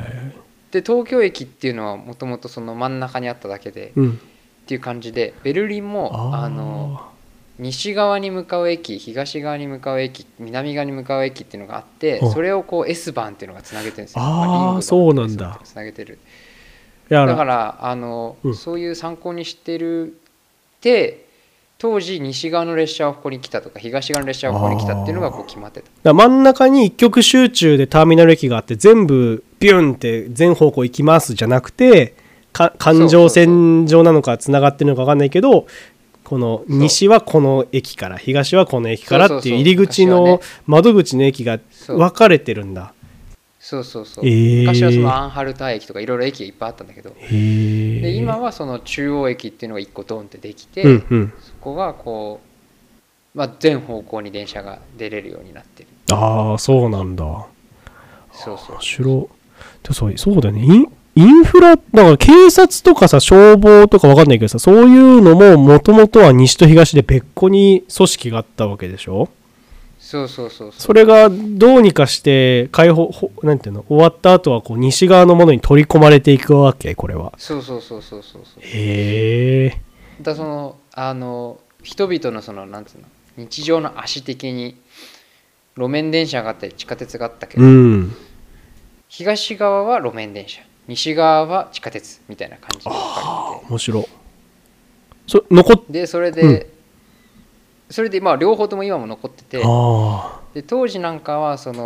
で東京駅っていうのはもともとその真ん中にあっただけで、うん、っていう感じで、ベルリンもああの西側に向かう駅、東側に向かう駅、南側に向かう駅っていうのがあって、それをこう S バーンっていうのがつなげてるんですよ。 ああ、そうなんだ。 つなげてる。だからあの、うん、そういう参考にしてるで、当時西側の列車はここに来たとか東側の列車はここに来たっていうのがこう決まってた。だから真ん中に一極集中でターミナル駅があって、全部ビュンって全方向行きますじゃなくて、か環状線上なのかつながってるのか分かんないけど、この西はこの駅から東はこの駅からっていう入り口の窓口の駅が分かれてるんだ。 そうそうそう、えー、昔はそのアンハルタ駅とかいろいろ駅がいっぱいあったんだけど、 えー、 で今はその中央駅っていうのがいっこドンってできて、うんうん、そこがこう、まあ、全方向に電車が出れるようになってる。 ああ、そうなんだ。 そうそう、 面白い。そうそうだね、インインフラだから警察とかさ、消防とか分かんないけどさ、そういうのももともとは西と東で別個に組織があったわけでしょ。 そうそうそうそう。 それがどうにかして解放、なんていうの、終わった後はこう西側のものに取り込まれていくわけ、これは。 そうそうそうそうそう。 へえ。 だそのあの人々のそのなんつうの、日常の足的に路面電車があったり地下鉄があったけど、うん、東側は路面電車、西側は地下鉄みたいな感じで分かれてて。 面白い。そ残っでそれで。うん、それでまあ両方とも今も残ってて、で当時なんかはその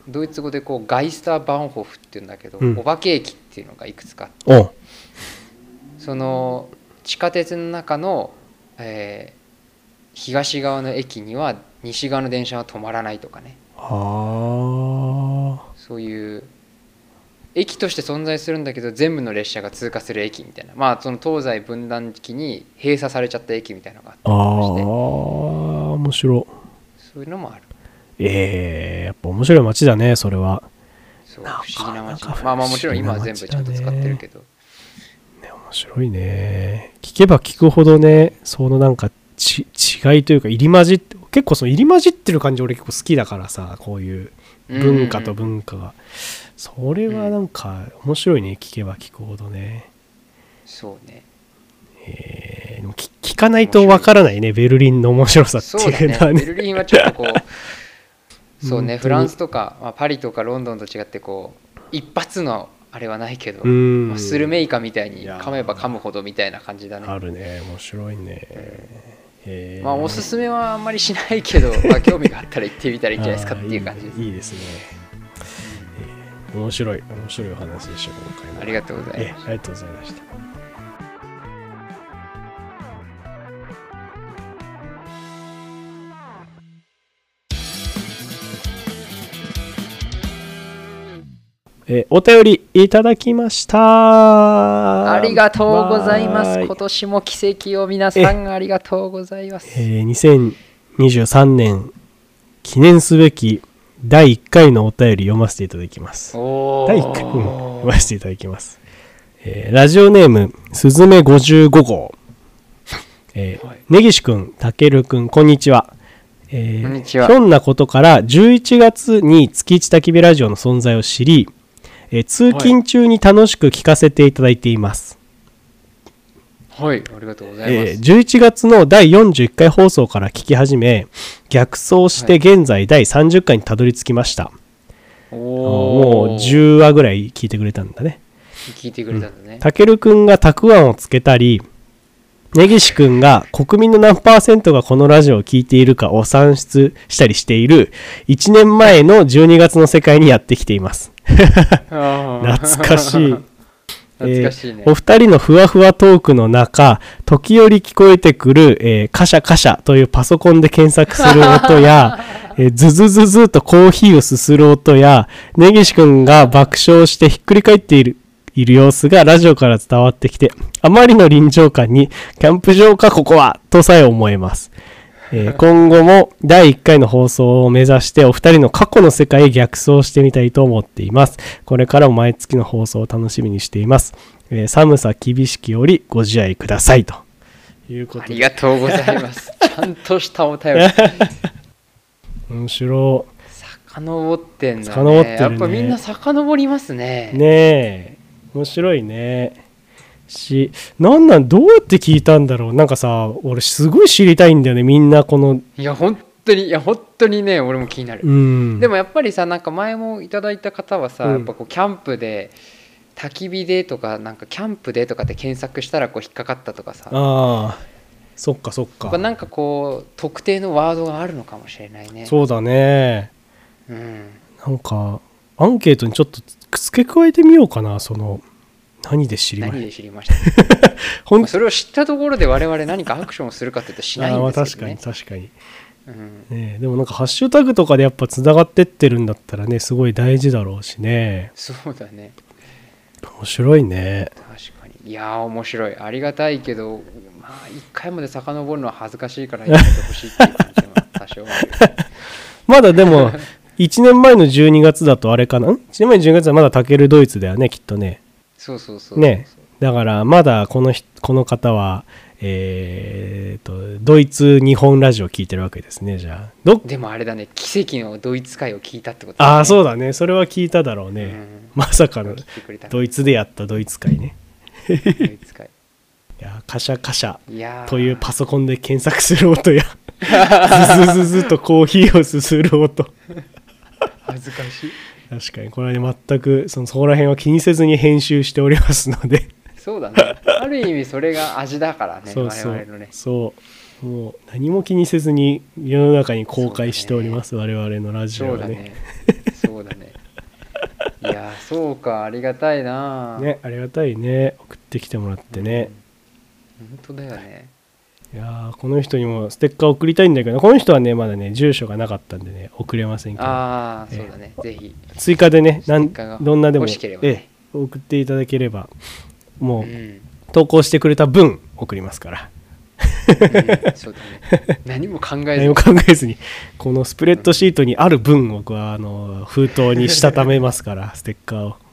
ドイツ語でこうガイスターバンホフっていうんだけど、 うん、 お化け駅っていうのがいくつかあって、その地下鉄の中の、えー、東側の駅には西側の電車は止まらないとかね。 あ、 そういう駅として存在するんだけど全部の列車が通過する駅みたいな、まあその東西分断期に閉鎖されちゃった駅みたいなのがあったりして、ああ面白い。 そういうのもある。 えー、やっぱ面白い街だねそれは。 そう不思議な街。まあまあもちろん今は全部ちゃんと使ってるけど、 ね、面白いね。聞けば聞くほどね、そのなんかち違いというか入り混じって結構その入り混じってる感じ俺結構好きだからさ、こういう文化と文化が、うんうん、それはなんか面白いね、聞けば聞くほどね。 そうね。 えー、でも 聞, 聞かないとわからないねベルリンの面白さっていうのはね, ねベルリンはちょっとこうそうねフランスとか、まあ、パリとかロンドンと違ってこう一発のあれはないけど、まあ、スルメイカみたいに噛めば噛むほどみたいな感じだね。 あるね、面白いね、 えー、まあおすすめはあんまりしないけど、まあ、興味があったら行ってみたらいいんじゃないですかっていう感じです。 いいですね、えー、面白い面白いお話でした今回も。 ありがとうございました、 えー、ありがとうございました。えー、お便りいただきました。 ありがとうございます。今年も奇跡を皆さんありがとうございます。 えー、にせんにじゅうさんねん記念すべきだいいっかいのお便り読ませていただきます。だいいっかい、うん、読ませていただきます。えー、ラジオネームすずめごじゅうごごう、えーはい、根岸くん、たけるくん、こんにちは。えー、こんにちは。ひょんなことからじゅういちがつに月一焚き火ラジオの存在を知り、えー、通勤中に楽しく聞かせていただいています。 はい、ありがとうございます。 えー、じゅういちがつのだいよんじゅういっかい放送から聞き始め、逆走して現在だいさんじゅっかいにたどり着きました。はい、もうじゅうわぐらい聞いてくれたんだね。 聞いてくれたんだね。 たけるくんがたくあんをつけたり、根岸くんが国民の何パーセントがこのラジオを聞いているかを算出したりしているいちねんまえのじゅうにがつの世界にやってきています。懐かしい。 懐かしいね。 えー、お二人のふわふわトークの中、時折聞こえてくる、えー、カシャカシャというパソコンで検索する音や、えー、ズズズズとコーヒーをすする音や、根岸くんが爆笑してひっくり返っているいる様子がラジオから伝わってきて、あまりの臨場感にキャンプ場かここはとさえ思えます。えー、今後もだいいっかいの放送を目指してお二人の過去の世界へ逆走してみたいと思っています。これからも毎月の放送を楽しみにしています。えー、寒さ厳しきよりご自愛くださいということで。 ありがとうございます。ちゃんとしたお便り。 面白い。 遡ってんだね。 遡ってるね。 やっぱみんな遡りますね。 ねえ、面白いね。し、なんなんどうやって聞いたんだろう。なんかさ、俺すごい知りたいんだよね、みんなこの。 いや本当にいや本当にね、俺も気になる。 うん、でもやっぱりさ、なんか前もいただいた方はさ、うん、やっぱこうキャンプで焚き火でとかなんかキャンプでとかって検索したらこう引っかかったとかさ。 ああ、そっかそっか。 なんかこう特定のワードがあるのかもしれないね。 そうだね。 うん。 なんかアンケートにちょっと付け加えてみようかな、その。何で知りました？ 何で知りましたまあそれを知ったところで我々何かアクションをするかって言うとしないんですけどね。 あ、確かに確かに、 うんね、でもなんかハッシュタグとかでやっぱつながってってるんだったらね、すごい大事だろうしね。 そうだね。 面白いね。 確かに。いやー面白い。ありがたいけど、まあいっかいまで遡るのは恥ずかしいからやめてほしいっていう感じは多少あるまだでもいちねんまえのじゅうにがつだとあれかな、いちねんまえのじゅうにがつはまだタケルドイツだよね、きっとね。 そうそうそうそうね、だからまだこのこの方は、えー、とドイツ日本ラジオ聞いてるわけですね。じゃあどでもあれだね、奇跡のドイツ会を聞いたってことだね。 ああそうだね、それは聞いただろうね、うん、まさかのドイツでやったドイツ会ねドイツ会いやカシャカシャというパソコンで検索する音やズズズズとコーヒーをすする音恥ずかしい。 確かにこれは、ね、全くそのそこら辺は気にせずに編集しておりますのでそうだね、ある意味それが味だからね。 そうそう、 我々のね、 そうもう何も気にせずに世の中に公開しております、ね、我々のラジオはね。 そうだねそうだねやそうか、ありがたいなね、ありがたいね、送ってきてもらってね、 うん、本当だよね。 いやこの人にもステッカー送りたいんだけど、この人はねまだね住所がなかったんでね送れませんけど、 ああそうだね、ぜひ追加でねなんどんなでも、 ね、 え送っていただければもう、うん、投稿してくれた分送りますから、 うん、そうだね、何も考えずに何も考えずにこのスプレッドシートにある分を僕はあの封筒にしたためますからステッカーを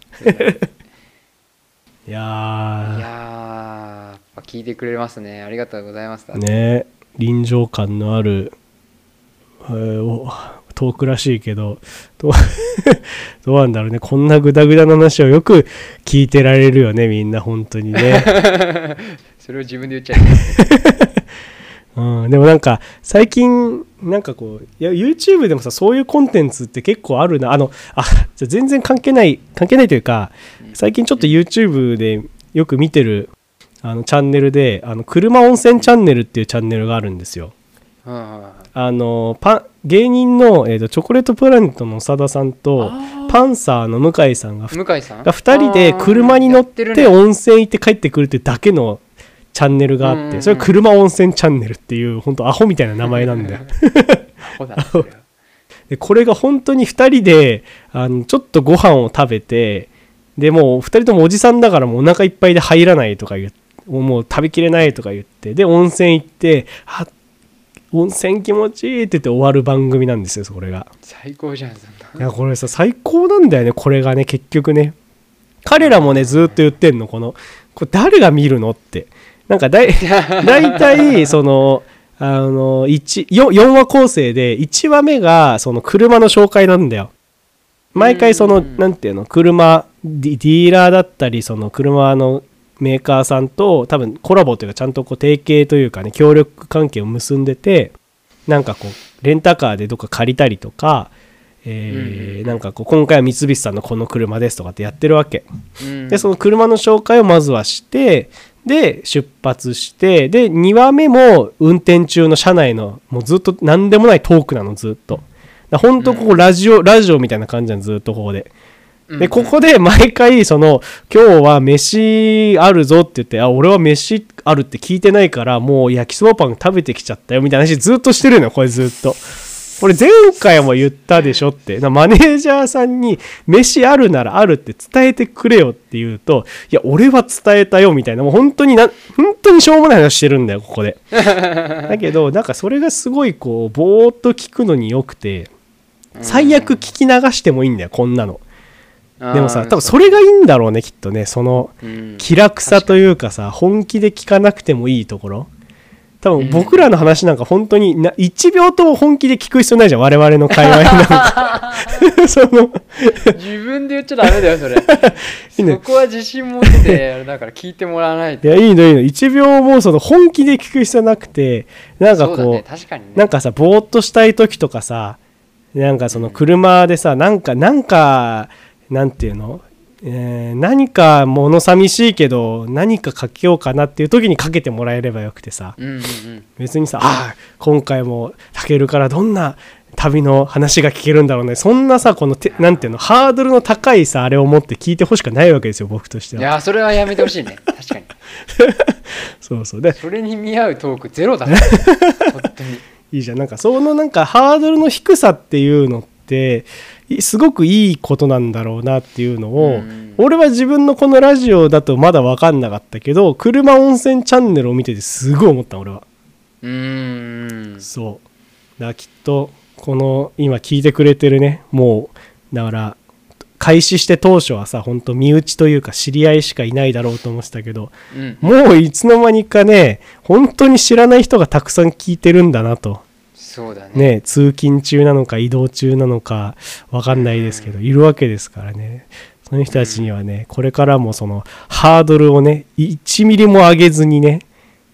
いやーいやーやっぱ聞いてくれますね、ありがとうございますね。臨場感のある、えー、トークらしいけどどう, どうなんだろうね、こんなグダグダの話をよく聞いてられるよねみんな本当にねそれを自分で言っちゃううん、でもなんか最近なんかこういや YouTube でもさそういうコンテンツって結構あるなあのあじゃ全然関係ない関係ないというか、最近ちょっと YouTube でよく見てるあのチャンネルであの車温泉チャンネルっていうチャンネルがあるんですよ。あのパ芸人の、えーと、チョコレートプラネットの長田さんとパンサーの向井さんが向井さんがふたりで車に乗って温泉行って帰ってくるっていうだけのチャンネルがあって、それは車温泉チャンネルっていう本当アホみたいな名前なんだよアホだでこれが本当にふたりであのちょっとご飯を食べて、でもうふたりともおじさんだからもうお腹いっぱいで入らないとか言って、もう食べきれないとか言って、で温泉行ってあ温泉気持ちいいって言って終わる番組なんですよ。それが最高じゃん。そんな。 いやこれさ最高なんだよねこれがね。結局ね彼らもねずっと言ってんの、このこれ誰が見るのってなんかだい大体そのあの よ, よんわ構成でいちわめがその車の紹介なんだよ。毎回そのなんていうの車ディ, ディーラーだったりその車のメーカーさんと多分コラボというかちゃんとこう提携というかね協力関係を結んでて、なんかこうレンタカーでどっか借りたりとか、えー、なんかこう今回は三菱さんのこの車ですとかってやってるわけで、その車の紹介をまずはしてで出発して、でにわめも運転中の車内のもうずっと何でもないトークなのずっと。ほんとここラジオラジオみたいな感じなのずっとここで。でここで毎回その今日は飯あるぞって言って、あ俺は飯あるって聞いてないからもう焼きそばパン食べてきちゃったよみたいな話ずっとしてるのよこれずっと。俺前回も言ったでしょって、マネージャーさんに飯あるならあるって伝えてくれよって言うと、いや俺は伝えたよみたいな、もう本当にな本当にしょうもない話してるんだよここで。だけどなんかそれがすごいこうぼーっと聞くのによくて、最悪聞き流してもいいんだよこんなの。でもさ多分それがいいんだろうねきっとね、その気楽さというかさ、本気で聞かなくてもいいところ。多分僕らの話なんか本当にないちびょうとも本気で聞く必要ないじゃん我々の会話になんかその自分で言っちゃダメだよそれいい、ね、そこは自信持ってだから聞いてもらわないと。 いやいいのいいの、いちびょうもその本気で聞く必要なくて、なんかこう、そうだね、確かにね、なんかさぼーっとしたい時とかさ、なんかその車でさ、なんかなんかなんていうの、えー、何か物寂しいけど何かかけようかなっていう時にかけてもらえればよくてさ、うんうんうん、別にさあ今回もたけるからどんな旅の話が聞けるんだろうね、そんなさこのてなんていうのハードルの高いさあれを持って聞いてほしくないわけですよ僕としては。 いやそれはやめてほしいね確かにそうそうでそれに見合うトークゼロだから本当にいいじゃん。なんかそのなんかハードルの低さっていうのってすごくいいことなんだろうなっていうのを、うん、俺は自分のこのラジオだとまだ分かんなかったけど車温泉チャンネルを見ててすごい思った俺は。うーんそうだからきっとこの今聞いてくれてるね、もうだから開始して当初はさ本当身内というか知り合いしかいないだろうと思ってたけど、うん、もういつの間にかね本当に知らない人がたくさん聞いてるんだなと。 そうだね、 ね、通勤中なのか移動中なのか分かんないですけど、うん、いるわけですからね。その人たちにはね、うん、これからもそのハードルをねいちミリも上げずにね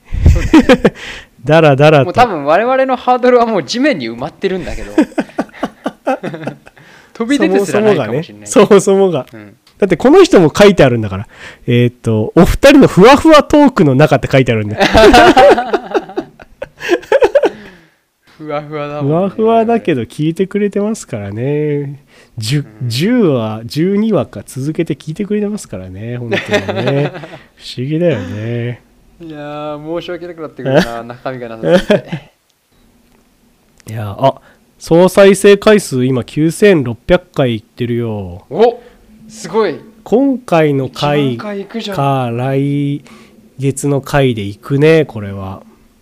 だらだらと、 もう多分我々のハードルはもう地面に埋まってるんだけど飛び出てすらないかもしれない。 そもそもが、うん、だってこの人も書いてあるんだから、えー、っとお二人のふわふわトークの中って書いてあるんだよふわふわだもんね。ふわふわだけど聞いてくれてますからね。 10, じゅうわじゅうにわか続けて聞いてくれてますからね。本当にね不思議だよね。 いやー申し訳なくなってくるな中身がなさすぎていやあ総再生回数今きゅうせんろっぴゃくかいいってるよ。 おすごい。 今回の回か来月の回でいくねこれは。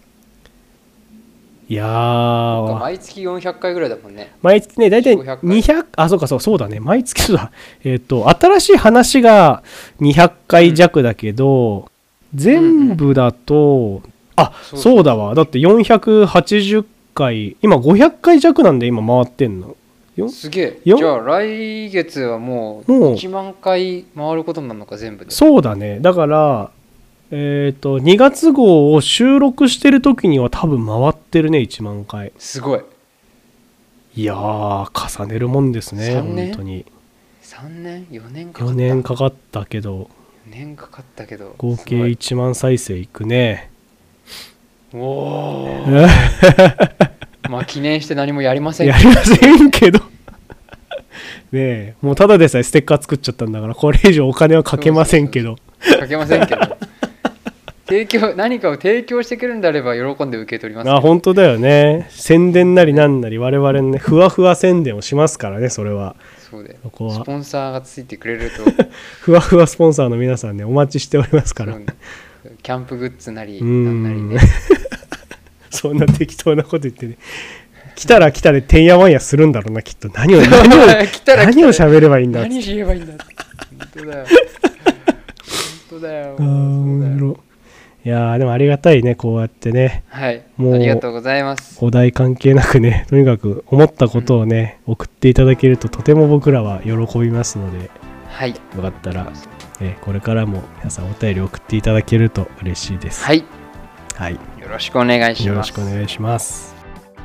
いやー毎月よんひゃっかいぐらいだもんね。 毎月ねだいたいにひゃくあそうかそうそうだね毎月そうだえっと新しい話がにひゃっかい弱だけど、うん、全部だと、うん、あそうそうだわだってよんひゃくはちじゅっかい今ごひゃっかい弱なんで今回ってんの。 すげえ。じゃあ来月はもういちまんかい回ることになるのか全部で。 そうだねだからえっとにがつ号を収録してる時には多分回ってるねいちまんかい。 すごい。 いやー重ねるもんですね本当に。 さんねんよねんかかった。 よねんかかったけどよねんかかったけど合計いちまん再生いくね。 おおまあ記念して何もやりませんやりませんけどねえもうただでさえステッカー作っちゃったんだからこれ以上お金はかけませんけどかけませんけど提供何かを提供してくれるんであれば喜んで受け取ります。 あ本当だよね。宣伝なりなんなり我々のねふわふわ宣伝をしますからねそれは。 そうでそこはスポンサーがついてくれるとふわふわスポンサーの皆さんねお待ちしておりますから。 キャンプグッズなりなんなりねそんな適当なこと言ってね来たら来たでてんやわんやするんだろうなきっと。何を何を何を喋ればいいんだ何言えばいいんだ本当だよ本当だよ。 そういやでもありがたいねこうやってね。 はいもうありがとうございます。 お題関係なくねとにかく思ったことをね、うん、送っていただけるととても僕らは喜びますので、 はい、 よかったら、ね、これからも皆さんお便り送っていただけると嬉しいです。 はい、 はい、よろしくお願いします。 よろしくお願いします。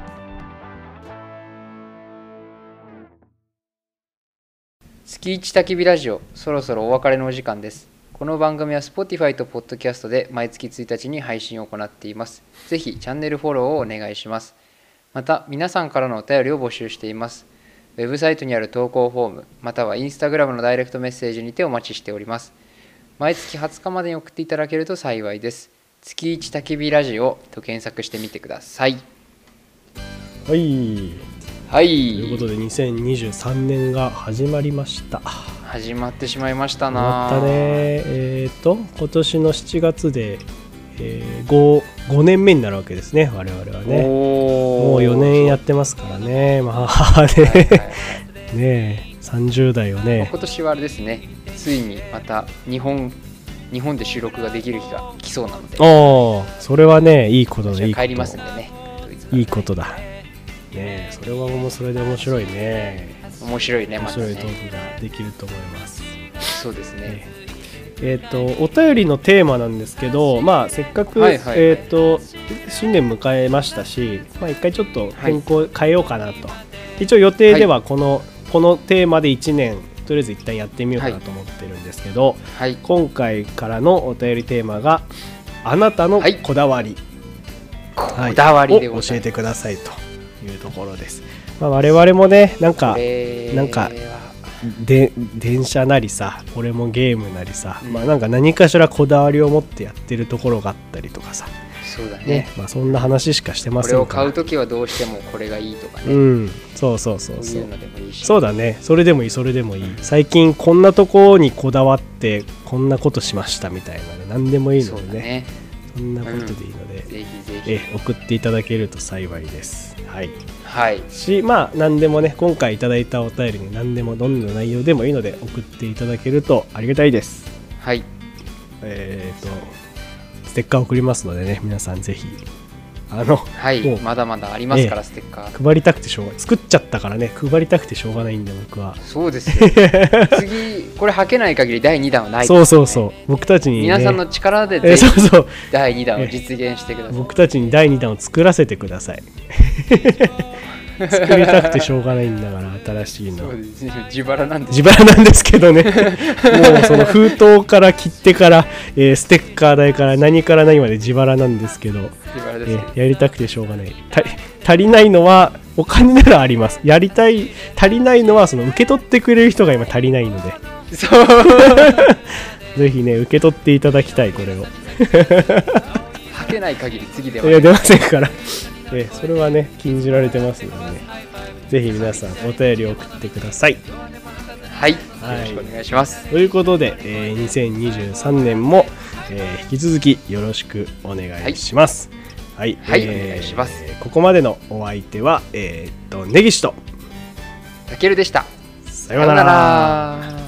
月一焚き火ラジオそろそろお別れのお時間です。この番組は Spotify と Podcast で毎月ついたちに配信を行っています。ぜひチャンネルフォローをお願いします。また皆さんからのお便りを募集しています。ウェブサイトにある投稿フォームまたは Instagram のダイレクトメッセージにてお待ちしております。毎月はつかまでに送っていただけると幸いです。月一焚き火ラジオと検索してみてください。 はいはい、ということでにせんにじゅうさんねんが始まりました。 始まってしまいましたな。 始まったね。えっ、ー、と今年のしちがつで、えー、5, 5年目になるわけですね我々はね。もうよねんやってますからね。まあね、はいはいはい、ねさんじゅう代をね。 今年はあれですねついにまた日本日本で収録ができる日が来そうなので。 おーそれはねいいことだ。いいこと帰りますんでね。 いいことだね。それはもうそれで面白いね。 面白いね。 面白いトークができると思います。 そうですね。 えっ、ー、とお便りのテーマなんですけど、まあせっかく、はいはいはい、えっ、ー、と新年迎えましたし、まあ一回ちょっと変更、はい、変えようかなと。一応予定ではこの、はい、このテーマでいちねんとりあえず一旦やってみようかなと思ってるんですけど、はい、今回からのお便りテーマがあなたのこだわり、 はい、こだわりでを教えてくださいというところです。まあ、我々もねなんかなんかで電車なりさこれもゲームなりさ、うん、まあなんか何かしらこだわりを持ってやってるところがあったりとかさ。 そうだね。 ねまあ、そんな話しかしてませんから。 これを買うときはどうしてもこれがいいとかね。 うん、そうそうそうそう。 そういうのでもいいし。 そうだね。それでもいいそれでもいい。最近こんなところにこだわってこんなことしましたみたいなね何でもいいので ね, ねそんなことでいいので、うん、 ぜひぜひえ送っていただけると幸いです。はい。 はい。 しまあ何でもね今回いただいたお便りに何でもどんな内容でもいいので送っていただけるとありがたいです。 はい。 えっとステッカー送りますのでね皆さんぜひ。あのはいまだまだありますから、ええ、ステッカー配りたくてしょうがない作っちゃったからね配りたくてしょうがないんで僕は。 そうですよ次これはけない限りだいにだんはないですね。そうそうそう僕たちに、ね、 皆さんの力でぜひだいにだんを実現してください。 僕たちにだいにだんを作らせてください作りたくてしょうがないんだから新しいの。 そうです自腹なんです自腹なんですけどねもうその封筒から切ってから、えー、ステッカー代から何から何まで自腹なんですけど、 自腹ですね、 えー、やりたくてしょうがない足りないのはお金ならあります。やりたい、足りないのはその受け取ってくれる人が今足りないので、 そうぜひね受け取っていただきたい。これを吐けない限り次では、 いや出ませんからえそれはね禁じられてますのでね、ぜひ皆さんお便りを送ってください。 はい、はい、よろしくお願いします。 ということで、えー、にせんにじゅうさんねんも、えー、引き続きよろしくお願いします。はい、 はい、 えー、 お願いします。 ここまでのお相手は、えー、っと根岸とたけるでした。 さようなら。